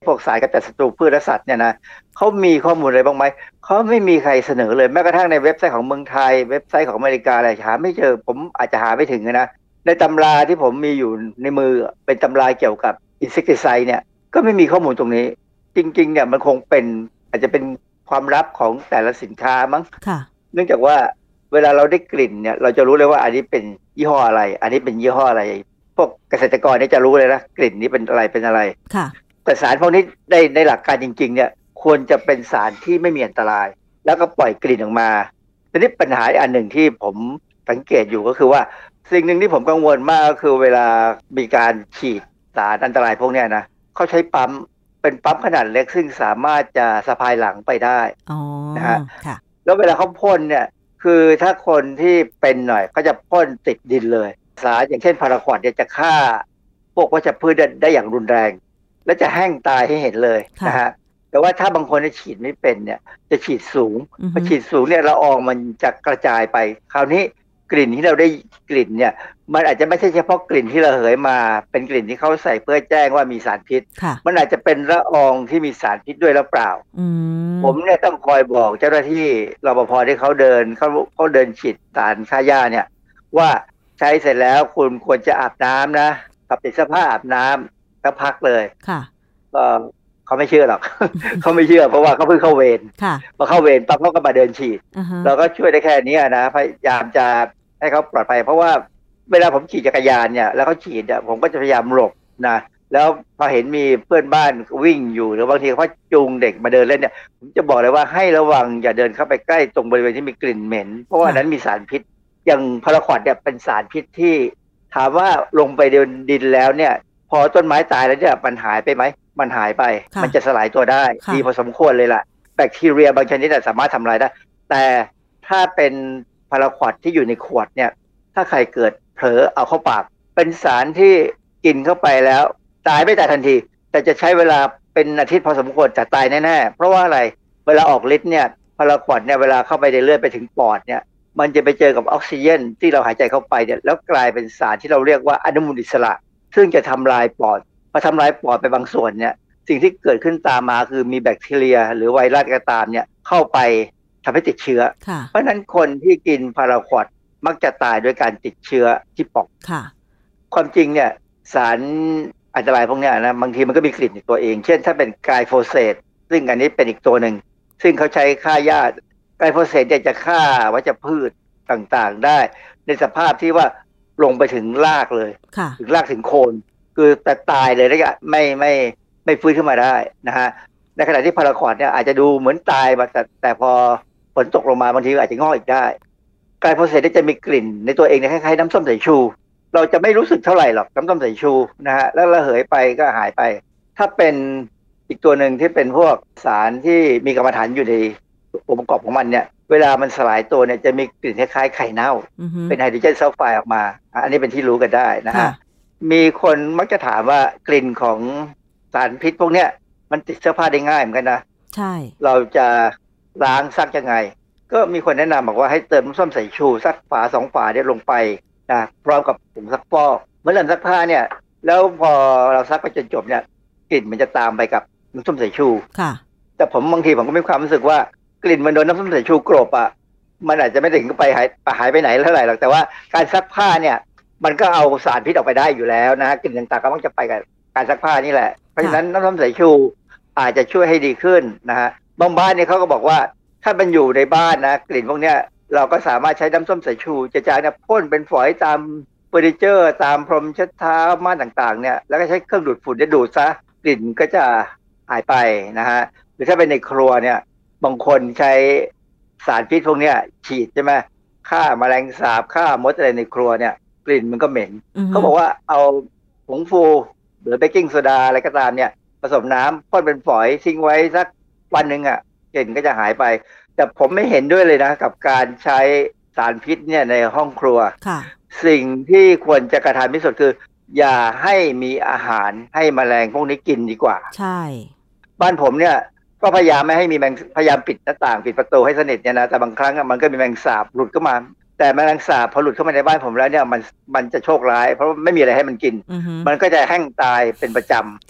พวกสารกำจัดศัตรูพืชและสัตว์เนี่ยนะเขามีข้อมูลอะไรบ้างไหมเขาไม่มีใครเสนอเลยแม้กระทั่งในเว็บไซต์ของเมืองไทยเว็บไซต์ของอเมริกาอะไรหาไม่เจอผมอาจจะหาไม่ถึงนะในตำราที่ผมมีอยู่ในมือเป็นตำราเกี่ยวกับอินเสกติไซด์เนี่ยก็ไม่มีข้อมูลตรงนี้จริงๆเนี่ยมันคงเป็นอาจจะเป็นความลับของแต่ละสินค้ามั้งเนื่องจากว่าเวลาเราได้กลิ่นเนี่ยเราจะรู้เลยว่าอันนี้เป็นยี่ห้ออะไรอันนี้เป็นยี่ห้ออะไรพวกเกษตรกรเนี่ยจะรู้เลยนะกลิ่นนี้เป็นอะไรเป็นอะไรแต่สารพวกนี้ในหลักการจริงๆเนี่ยควรจะเป็นสารที่ไม่มีอันตรายแล้วก็ปล่อยกลิ่นออกมาทีนี้ปัญหาอันหนึ่งที่ผมสังเกตอยู่ก็คือว่าสิ่งหนึ่งที่ผมกังวลมากก็คือเวลามีการฉีดสารอันตรายพวกนี้นะเขาใช้ปั๊มเป็นปั๊มขนาดเล็กซึ่งสามารถจะสะพายหลังไปได้นะฮะแล้วเวลาเขาพ่นเนี่ยคือถ้าคนที่เป็นหน่อยก็จะพ่นติดดินเลยสารอย่างเช่นพาราควอดเนี่ยจะฆ่าพวกวัชพืชได้อย่างรุนแรงและจะแห้งตายให้เห็นเลยนะฮะแต่ว่าถ้าบางคนฉีดไม่เป็นเนี่ยจะฉีดสูงพอฉีดสูงเนี่ยละอองมันจะกระจายไปคราวนี้กลิ่นที่เราได้กลิ่นเนี่ยมันอาจจะไม่ใช่เฉพาะกลิ่นที่ระเหยมาเป็นกลิ่นที่เขาใส่เพื่อแจ้งว่ามีสารพิษมันอาจจะเป็นละอองที่มีสารพิษด้วยหรือเปล่าผมเนี่ยต้องคอยบอกเจ้าหน้าที่รปภที่เขาเดินฉีดสารฆ่าหญ้าเนี่ยว่าใช้เสร็จแล้วคุณควรจะอาบน้ำนะกับติดเสื้อผ้าอาบน้ำแล้วพักเลยเขาไม่เชื่อหรอก เขาไม่เชื่อเพราะว่าเขาเพิ่งเข้าเวรพอเข้าเวรปั๊บเขาก็มาเดินฉีดเราก็ช่วยได้แค่นี้นะพยายามจะให้เขาปลอดภัยเพราะว่าเวลาผมขี่จักรยานเนี่ยแล้วเขาฉีดผมก็จะพยายามหลบนะแล้วพอเห็นมีเพื่อนบ้านวิ่งอยู่หรือบางทีเขาจูงเด็กมาเดินเล่นเนี่ยผมจะบอกเลยว่าให้ระวังอย่าเดินเข้าไปใกล้ตรงบริเวณที่มีกลิ่นเหม็นเพราะว่านั้นมีสารพิษอย่างพาราควอดเนี่ยเป็นสารพิษที่ถามว่าลงไปดินแล้วเนี่ยพอต้นไม้ตายแล้วเนี่ยมันหายไปไหมมันหายไปมันจะสลายตัวได้ดีพอสมควรเลยล่ะแบคทีเรียบางชนิดสามารถทำลายได้แต่ถ้าเป็นพาราควอดที่อยู่ในขวดเนี่ยถ้าใครเกิดเผลอเอาเข้าปากเป็นสารที่กินเข้าไปแล้วตายไม่ตายทันทีแต่จะใช้เวลาเป็นอาทิตย์พอสมควรจะตายแน่ๆเพราะว่าอะไรเวลาออกฤทธิ์เนี่ยพาราควอดเนี่ยเวลาเข้าไปในเลือดไปถึงปอดเนี่ยมันจะไปเจอกับออกซิเจนที่เราหายใจเข้าไปเนี่ยแล้วกลายเป็นสารที่เราเรียกว่าอนุมูลอิสระซึ่งจะทำลายปอดพอทำลายปอดไปบางส่วนเนี่ยสิ่งที่เกิดขึ้นตามมาคือมีแบคทีเรียหรือไวรัสก็ตามเนี่ยเข้าไปทำให้ติดเชื้อเพราะฉะนั้นคนที่กินพาราควอดมักจะตายด้วยการติดเชื้อที่ปอดความจริงเนี่ยสารอันตรายพวกนี้นะบางทีมันก็มีกลิ่นในตัวเองเช่นถ้าเป็นไกลโฟเสตซึ่งอันนี้เป็นอีกตัวหนึ่งซึ่งเขาใช้ฆ่าหญ้าไกลโฟเสตจะฆ่าวัชพืชต่างๆได้ในสภาพที่ว่าลงไปถึงรากเลยถึงรากถึงโคนคือแต่ตายเลยแล้วก็ไม่ฟื้นขึ้นมาได้นะฮะในขณะที่พาราควอดเนี่ยอาจจะดูเหมือนตายแต่พอฝนตกลงมาบางทีอาจจะงอกอีกได้ไกลโฟเสตจะมีกลิ่นในตัวเองคล้ายๆน้ำส้มสายชูเราจะไม่รู้สึกเท่าไหร่หรอกน้ำส้มสายชูนะฮะแล้วระเหยไปก็หายไปถ้าเป็นอีกตัวหนึ่งที่เป็นพวกสารที่มีกรรมฐานอยู่ในองค์ประกอบของมันเนี่ยเวลามันสลายตัวเนี่ยจะมีกลิ่นคล้ายๆไข่เน่าเป็นไฮโดรเจนซัลไฟด์ออกมาอันนี้เป็นที่รู้กันได้นะฮะมีคนมักจะถามว่ากลิ่นของสารพิษพวกเนี้ยมันติดเสื้อผ้าได้ง่ายเหมือนกันนะใช่เราจะล้างซักยังไงก็มีคนแนะนำบอกว่าให้เติมน้ำส้มสายชูสักฝา2 ฝาเนี่ยลงไปนะพร้อมกับผงซักฟอกเมื่อเริ่มซักผ้าเนี่ยแล้วพอเราซักไปจนจบเนี่ยกลิ่นมันจะตามไปกับน้ำส้มสายชูค่ะแต่บางทีผมก็มีความรู้สึกว่ากลิ่นมันโดนน้ำส้มสายชูกลบอ่ะมันอาจจะไม่ถึงไปหายไปไหนเท่าไหร่หรอกแต่ว่าการซักผ้าเนี่ยมันก็เอาสารพิษออกไปได้อยู่แล้วนะกลิ่นต่างๆก็มักจะไปกับการซักผ้านี่แหละเพราะฉะนั้นน้ำส้มสายชูอาจจะช่วยให้ดีขึ้นนะฮะบางบ้านเนี่ยเขาก็บอกว่าถ้ามันอยู่ในบ้านนะกลิ่นพวกเนี้ยเราก็สามารถใช้น้ำส้มสายชูจะจางเนี่ยพ่นเป็นฝอยตามเฟอร์นิเจอร์ตามพรมเช็ดเท้าม่านต่างๆเนี่ยแล้วก็ใช้เครื่องดูดฝุ่นดูดซะกลิ่นก็จะหายไปนะฮะหรือถ้าเป็นในครัวเนี่ยบางคนใช้สารพิษพวกเนี้ยฉีดใช่ไหมฆ่าแมลงสาบฆ่ามดอะไรในครัวเนี่ยกลิ่นมันก็เหม็นเขาบอกว่าเอาผงฟูหรือเบกกิ้งโซดาอะไรก็ตามเนี่ยผสมน้ำพ่นเป็นฝอยทิ้งไว้สักวันหนึ่งอ่ะกลิ่นก็จะหายไปแต่ผมไม่เห็นด้วยเลยนะกับการใช้สารพิษเนี่ยในห้องครัวสิ่งที่ควรจะกระทำที่สุดคืออย่าให้มีอาหารให้แมลงพวกนี้กินดีกว่าใช่บ้านผมเนี่ยก็พยายามไม่ให้มีพยายามปิดหน้าต่างปิดประตูให้สนิทเนี่ยนะแต่บางครั้งมันก็มีแมลงสาบหลุดเข้ามาแต่แมลงสาบพอหลุดเข้ามาในบ้านผมแล้วเนี่ยมันจะโชคร้ายเพราะไม่มีอะไรให้มันกินมันก็จะแห้งตายเป็นประจำ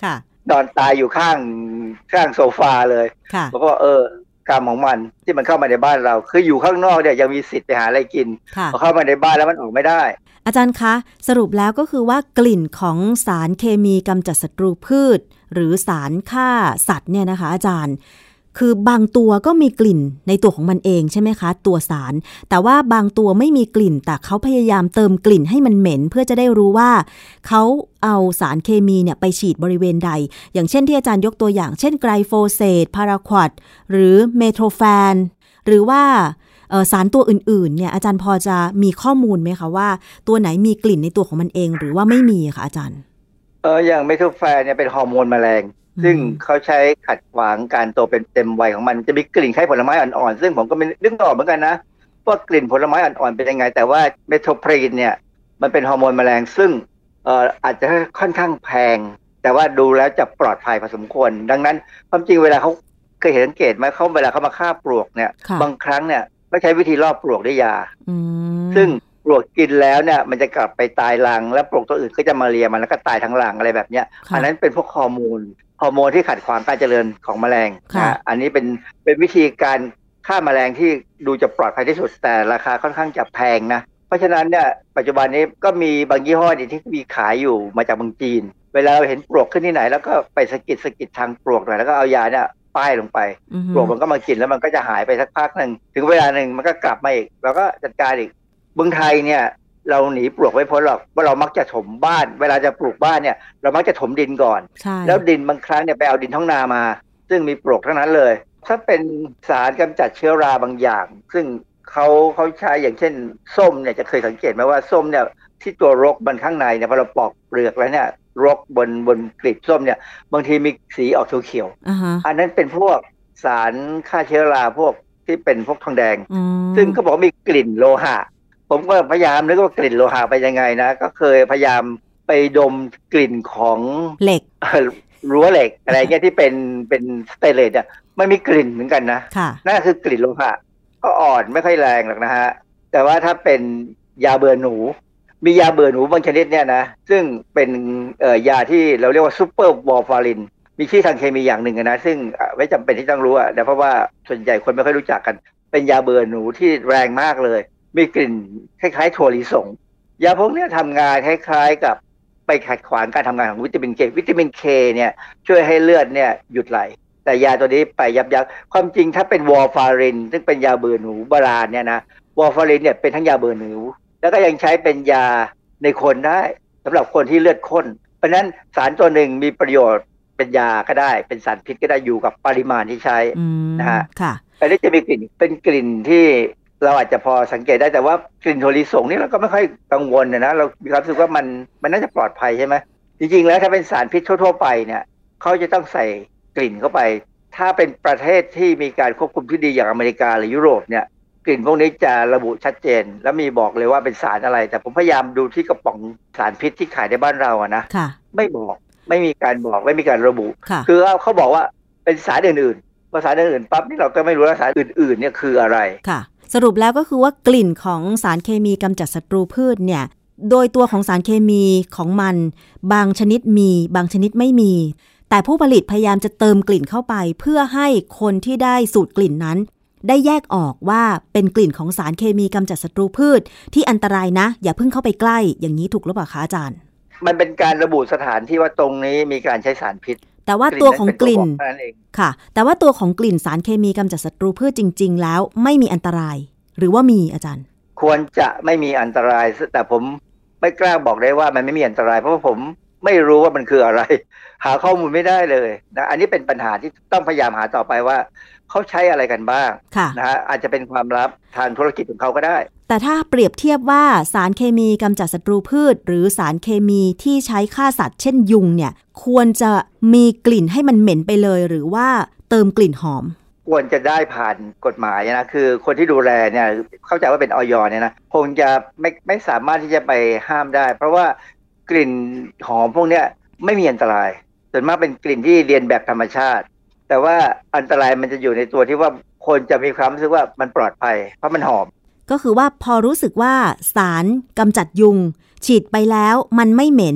นอนตายอยู่ข้างโซฟาเลยบอกว่ากรรมของมันที่มันเข้ามาในบ้านเราคืออยู่ข้างนอกเนี่ยยังมีสิทธิ์ไปหาอะไรกินพอเข้ามาในบ้านแล้วมันออกไม่ได้อาจารย์คะสรุปแล้วก็คือว่ากลิ่นของสารเคมีกำจัดศัตรูพืชหรือสารฆ่าสัตว์เนี่ยนะคะอาจารย์คือบางตัวก็มีกลิ่นในตัวของมันเองใช่ไหมคะตัวสารแต่ว่าบางตัวไม่มีกลิ่นแต่เขาพยายามเติมกลิ่นให้มันเหม็นเพื่อจะได้รู้ว่าเขาเอาสารเคมีเนี่ยไปฉีดบริเวณใดอย่างเช่นที่อาจารย์ยกตัวอย่างเช่นไกลโฟเซตพาราควอดหรือเมโทรแฟนหรือว่าสารตัวอื่นๆเนี่ยอาจารย์พอจะมีข้อมูลไหมคะว่าตัวไหนมีกลิ่นในตัวของมันเองหรือว่าไม่มีค่ะอาจารย์อย่างเมโทรแฟนเนี่ยเป็นฮอร์โมนแมลงซึ่งเขาใช้ขัดขวางการโตเป็นเต็มวัยของมันจะมีกลิ่นคล้ายผลไม้อ่อนๆซึ่งผมก็ไม่นึกออกเหมือนกันนะว่ากลิ่นผลไม้อ่อนๆเป็นยังไงแต่ว่าเมโทรไพรีนเนี่ยมันเป็นฮอร์โมนแมลงซึ่งอาจจะค่อนข้างแพงแต่ว่าดูแล้วจะปลอดภัยพอสมควรดังนั้นความจริงเวลาเขาเคยเห็นสังเกตไหมเวลาเขามาฆ่าปลวกเนี่ยบางครั้งเนี่ยก็ใช้วิธีล่อปลวกด้วยยาซึ่งปลวกกินแล้วเนี่ยมันจะกลับไปตายรังแล้วปลวกตัวอื่นก็จะมาเลียมันแล้วก็ตายทั้งรังอะไรแบบเนี้ยอันนั้นเป็นพวกฮอร์โมนที่ขัดขวางการเจริญของแมลงนะอันนี้เป็นวิธีการฆ่าแมลงที่ดูจะปลอดภัยที่สุดแต่ราคาค่อนข้างจะแพงนะเพราะฉะนั้นเนี่ยปัจจุบันนี้ก็มีบางยี่ห้อที่มีขายอยู่มาจากเมืองจีนเวลาเราเห็นปลวกขึ้นที่ไหนแล้วก็ไปสะกิดทางปลวกหน่อยแล้วก็เอายาเนี่ยป้ายลงไปปลวกมันก็มากินแล้วมันก็จะหายไปสักพักนึงถึงเวลานึงมันก็กลับมาอีกแล้วก็จัดการอีกเมืองไทยเนี่ยเราหนีปลวกไม่พ้นหรอกว่าเรามักจะถมบ้านเวลาจะปลูกบ้านเนี่ยเรามักจะถมดินก่อนแล้วดินบางครั้งเนี่ยไปเอาดินท้องนามาซึ่งมีปลวกทั้งนั้นเลยถ้าเป็นสารกำจัดเชื้อราบางอย่างซึ่งเขาใช้อย่างเช่นส้มเนี่ยจะเคยสังเกตไหมว่าส้มเนี่ยที่ตัวรกมันข้างในเนี่ยพอเราปอกเปลือกแล้วเนี่ยรกบนกลีบส้มเนี่ยบางทีมีสีออกเขียวๆอันนั้นเป็นพวกสารฆ่าเชื้อราพวกที่เป็นพวกทองแดงซึ่งเขาบอกมีกลิ่นโลหะผมก็พยายามนึกว่ากลิ่นโลหะไปยังไงนะก็เคยพยายามไปดมกลิ่นของเหล็กรั้วเหล็กอะไรเงี้ยที่เป็นสเตนเลสเนี่ยไม่มีกลิ่นเหมือนกันนะนั่นคือกลิ่นโลหะก็อ่อนไม่ค่อยแรงหรอกนะฮะแต่ว่าถ้าเป็นยาเบื่อหนูมียาเบื่อหนูบางชนิดเนี่ยนะซึ่งเป็นยาที่เราเรียกว่าซูเปอร์วอร์ฟารินมีชื่อทางเคมีอย่างหนึ่งนะซึ่งไม่จำเป็นที่ต้องรู้แต่เพราะว่าส่วนใหญ่คนไม่ค่อยรู้จักกันเป็นยาเบื่อหนูที่แรงมากเลยมีกลิ่นคล้ายๆถั่วลิสงยาพวกนี้ทำงานคล้ายๆกับไปขัดขวางการทำงานของวิตามินเคเนี่ยช่วยให้เลือดเนี่ยหยุดไหลแต่ยาตัวนี้ไปยับยั้งความจริงถ้าเป็นวอร์ฟารินซึ่งเป็นยาเบื่อหนูโบราณเนี่ยนะวอร์ฟารินเนี่ยเป็นทั้งยาเบื่อหนูแล้วก็ยังใช้เป็นยาในคนได้สำหรับคนที่เลือดข้นเพราะนั้นสารตัวหนึ่งมีประโยชน์เป็นยาก็ได้เป็นสารพิษก็ได้อยู่กับปริมาณที่ใช้นะฮะอันนี้จะมีกลิ่นเป็นกลิ่นที่เราอาจจะพอสังเกตได้แต่ว่ากลิ่นถั่วลิสงนี่เราก็ไม่ค่อยกังวลนะเรามีความรู้สึกว่ามันน่าจะปลอดภัยใช่ไหมจริงๆแล้วถ้าเป็นสารพิษทั่วๆไปเนี่ยเขาจะต้องใส่กลิ่นเข้าไปถ้าเป็นประเทศที่มีการควบคุมที่ดีอย่างอเมริกาหรือยุโรปเนี่ยกลิ่นพวกนี้จะระบุชัดเจนและมีบอกเลยว่าเป็นสารอะไรแต่ผมพยายามดูที่กระป๋องสารพิษที่ขายในบ้านเราอะนะไม่บอกไม่มีการบอกไม่มีการระบุคือเขาบอกว่าเป็นสารอื่นๆภาษาอื่นปั๊บนี่เราก็ไม่รู้ว่าสารอื่นๆเนี่ยคืออะไรค่ะสรุปแล้วก็คือว่ากลิ่นของสารเคมีกำจัดศัตรูพืชเนี่ยโดยตัวของสารเคมีของมันบางชนิดมีบางชนิดไม่มีแต่ผู้ผลิตพยายามจะเติมกลิ่นเข้าไปเพื่อให้คนที่ได้สูตรกลิ่นนั้นได้แยกออกว่าเป็นกลิ่นของสารเคมีกำจัดศัตรูพืชที่อันตรายนะอย่าเพิ่งเข้าไปใกล้อย่างนี้ถูกหรือเปล่าคะอาจารย์มันเป็นการระบุสถานที่ว่าตรงนี้มีการใช้สารพิษแต่ว่าตัวของกลิ่นค่ะแต่ว่าตัวของกลิ่นสารเคมีกำจัดศัตรูพืชจริงๆแล้วไม่มีอันตรายหรือว่ามีอาจารย์ควรจะไม่มีอันตรายแต่ผมไม่กล้าบอกได้ว่ามันไม่มีอันตรายเพราะว่าผมไม่รู้ว่ามันคืออะไรหาข้อมูลไม่ได้เลยนะอันนี้เป็นปัญหาที่ต้องพยายามหาต่อไปว่าเขาใช้อะไรกันบ้างนะฮะอาจจะเป็นความลับทางธุรกิจของเขาก็ได้แต่ถ้าเปรียบเทียบว่าสารเคมีกำจัดศัตรูพืชหรือสารเคมีที่ใช้ฆ่าสัตว์เช่นยุงเนี่ยควรจะมีกลิ่นให้มันเหม็นไปเลยหรือว่าเติมกลิ่นหอมควรจะได้ผ่านกฎหมายนะคือคนที่ดูแลเนี่ยเข้าใจว่าเป็นอย.เนี่ยนะคงจะไม่สามารถที่จะไปห้ามได้เพราะว่ากลิ่นหอมพวกเนี้ยไม่มีอันตรายส่วนมากเป็นกลิ่นที่เรียนแบบธรรมชาติแต่ว่าอันตรายมันจะอยู่ในตัวที่ว่าคนจะมีความรู้สึกว่ามันปลอดภัยเพราะมันหอมก็คือว่าพอรู้สึกว่าสารกำจัดยุงฉีดไปแล้วมันไม่เหม็น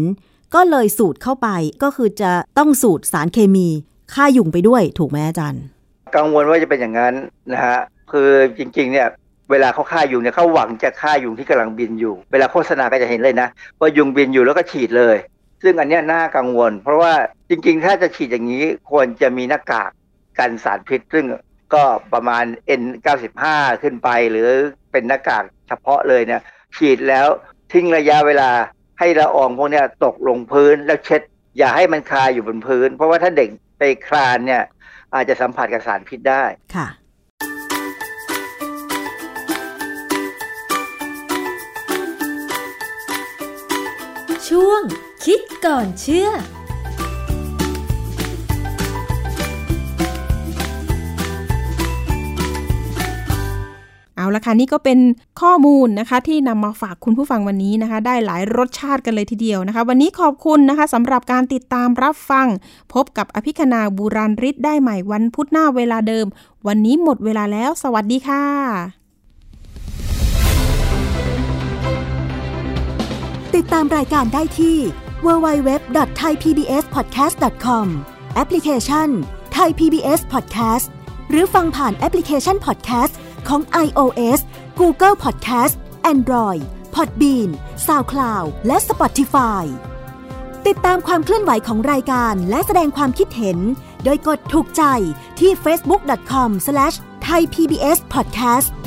ก็เลยสูดเข้าไปก็คือจะต้องสูดสารเคมีฆ่ายุงไปด้วยถูกไหมอาจารย์กังวลว่าจะเป็นอย่างนั้นนะฮะคือจริงๆเนี่ยเวลาเขาฆ่ายุงเนี่ยเขาหวังจะฆ่ายุงที่กำลังบินอยู่เวลาโฆษณาก็จะเห็นเลยนะว่ายุงบินอยู่แล้วก็ฉีดเลยซึ่งอันนี้น่ากังวลเพราะว่าจริงๆถ้าจะฉีดอย่างนี้ควรจะมีหน้ากากกันสารพิษซึ่งก็ประมาณ N95 ขึ้นไปหรือเป็นหน้ากากเฉพาะเลยเนี่ยฉีดแล้วทิ้งระยะเวลาให้ละอองพวกนี้ตกลงพื้นแล้วเช็ดอย่าให้มันคาอยู่บนพื้นเพราะว่าถ้าเด็กไปคลานเนี่ยอาจจะสัมผัสกับสารพิษได้ค่ะช่วงคิดก่อนเชื่อเอาละค่ะนี่ก็เป็นข้อมูลนะคะที่นำมาฝากคุณผู้ฟังวันนี้นะคะได้หลายรสชาติกันเลยทีเดียวนะคะวันนี้ขอบคุณนะคะสำหรับการติดตามรับฟังพบกับอภิคณาบุราริศได้ใหม่วันพุธหน้าเวลาเดิมวันนี้หมดเวลาแล้วสวัสดีค่ะติดตามรายการได้ที่ www.thaipbspodcast.com แอปพลิเคชัน Thai PBS Podcast หรือฟังผ่านแอปพลิเคชัน Podcast ของ iOS, Google Podcast, Android, Podbean, SoundCloud และ Spotify ติดตามความเคลื่อนไหวของรายการและแสดงความคิดเห็นโดยกดถูกใจที่ facebook.com/thaipbspodcast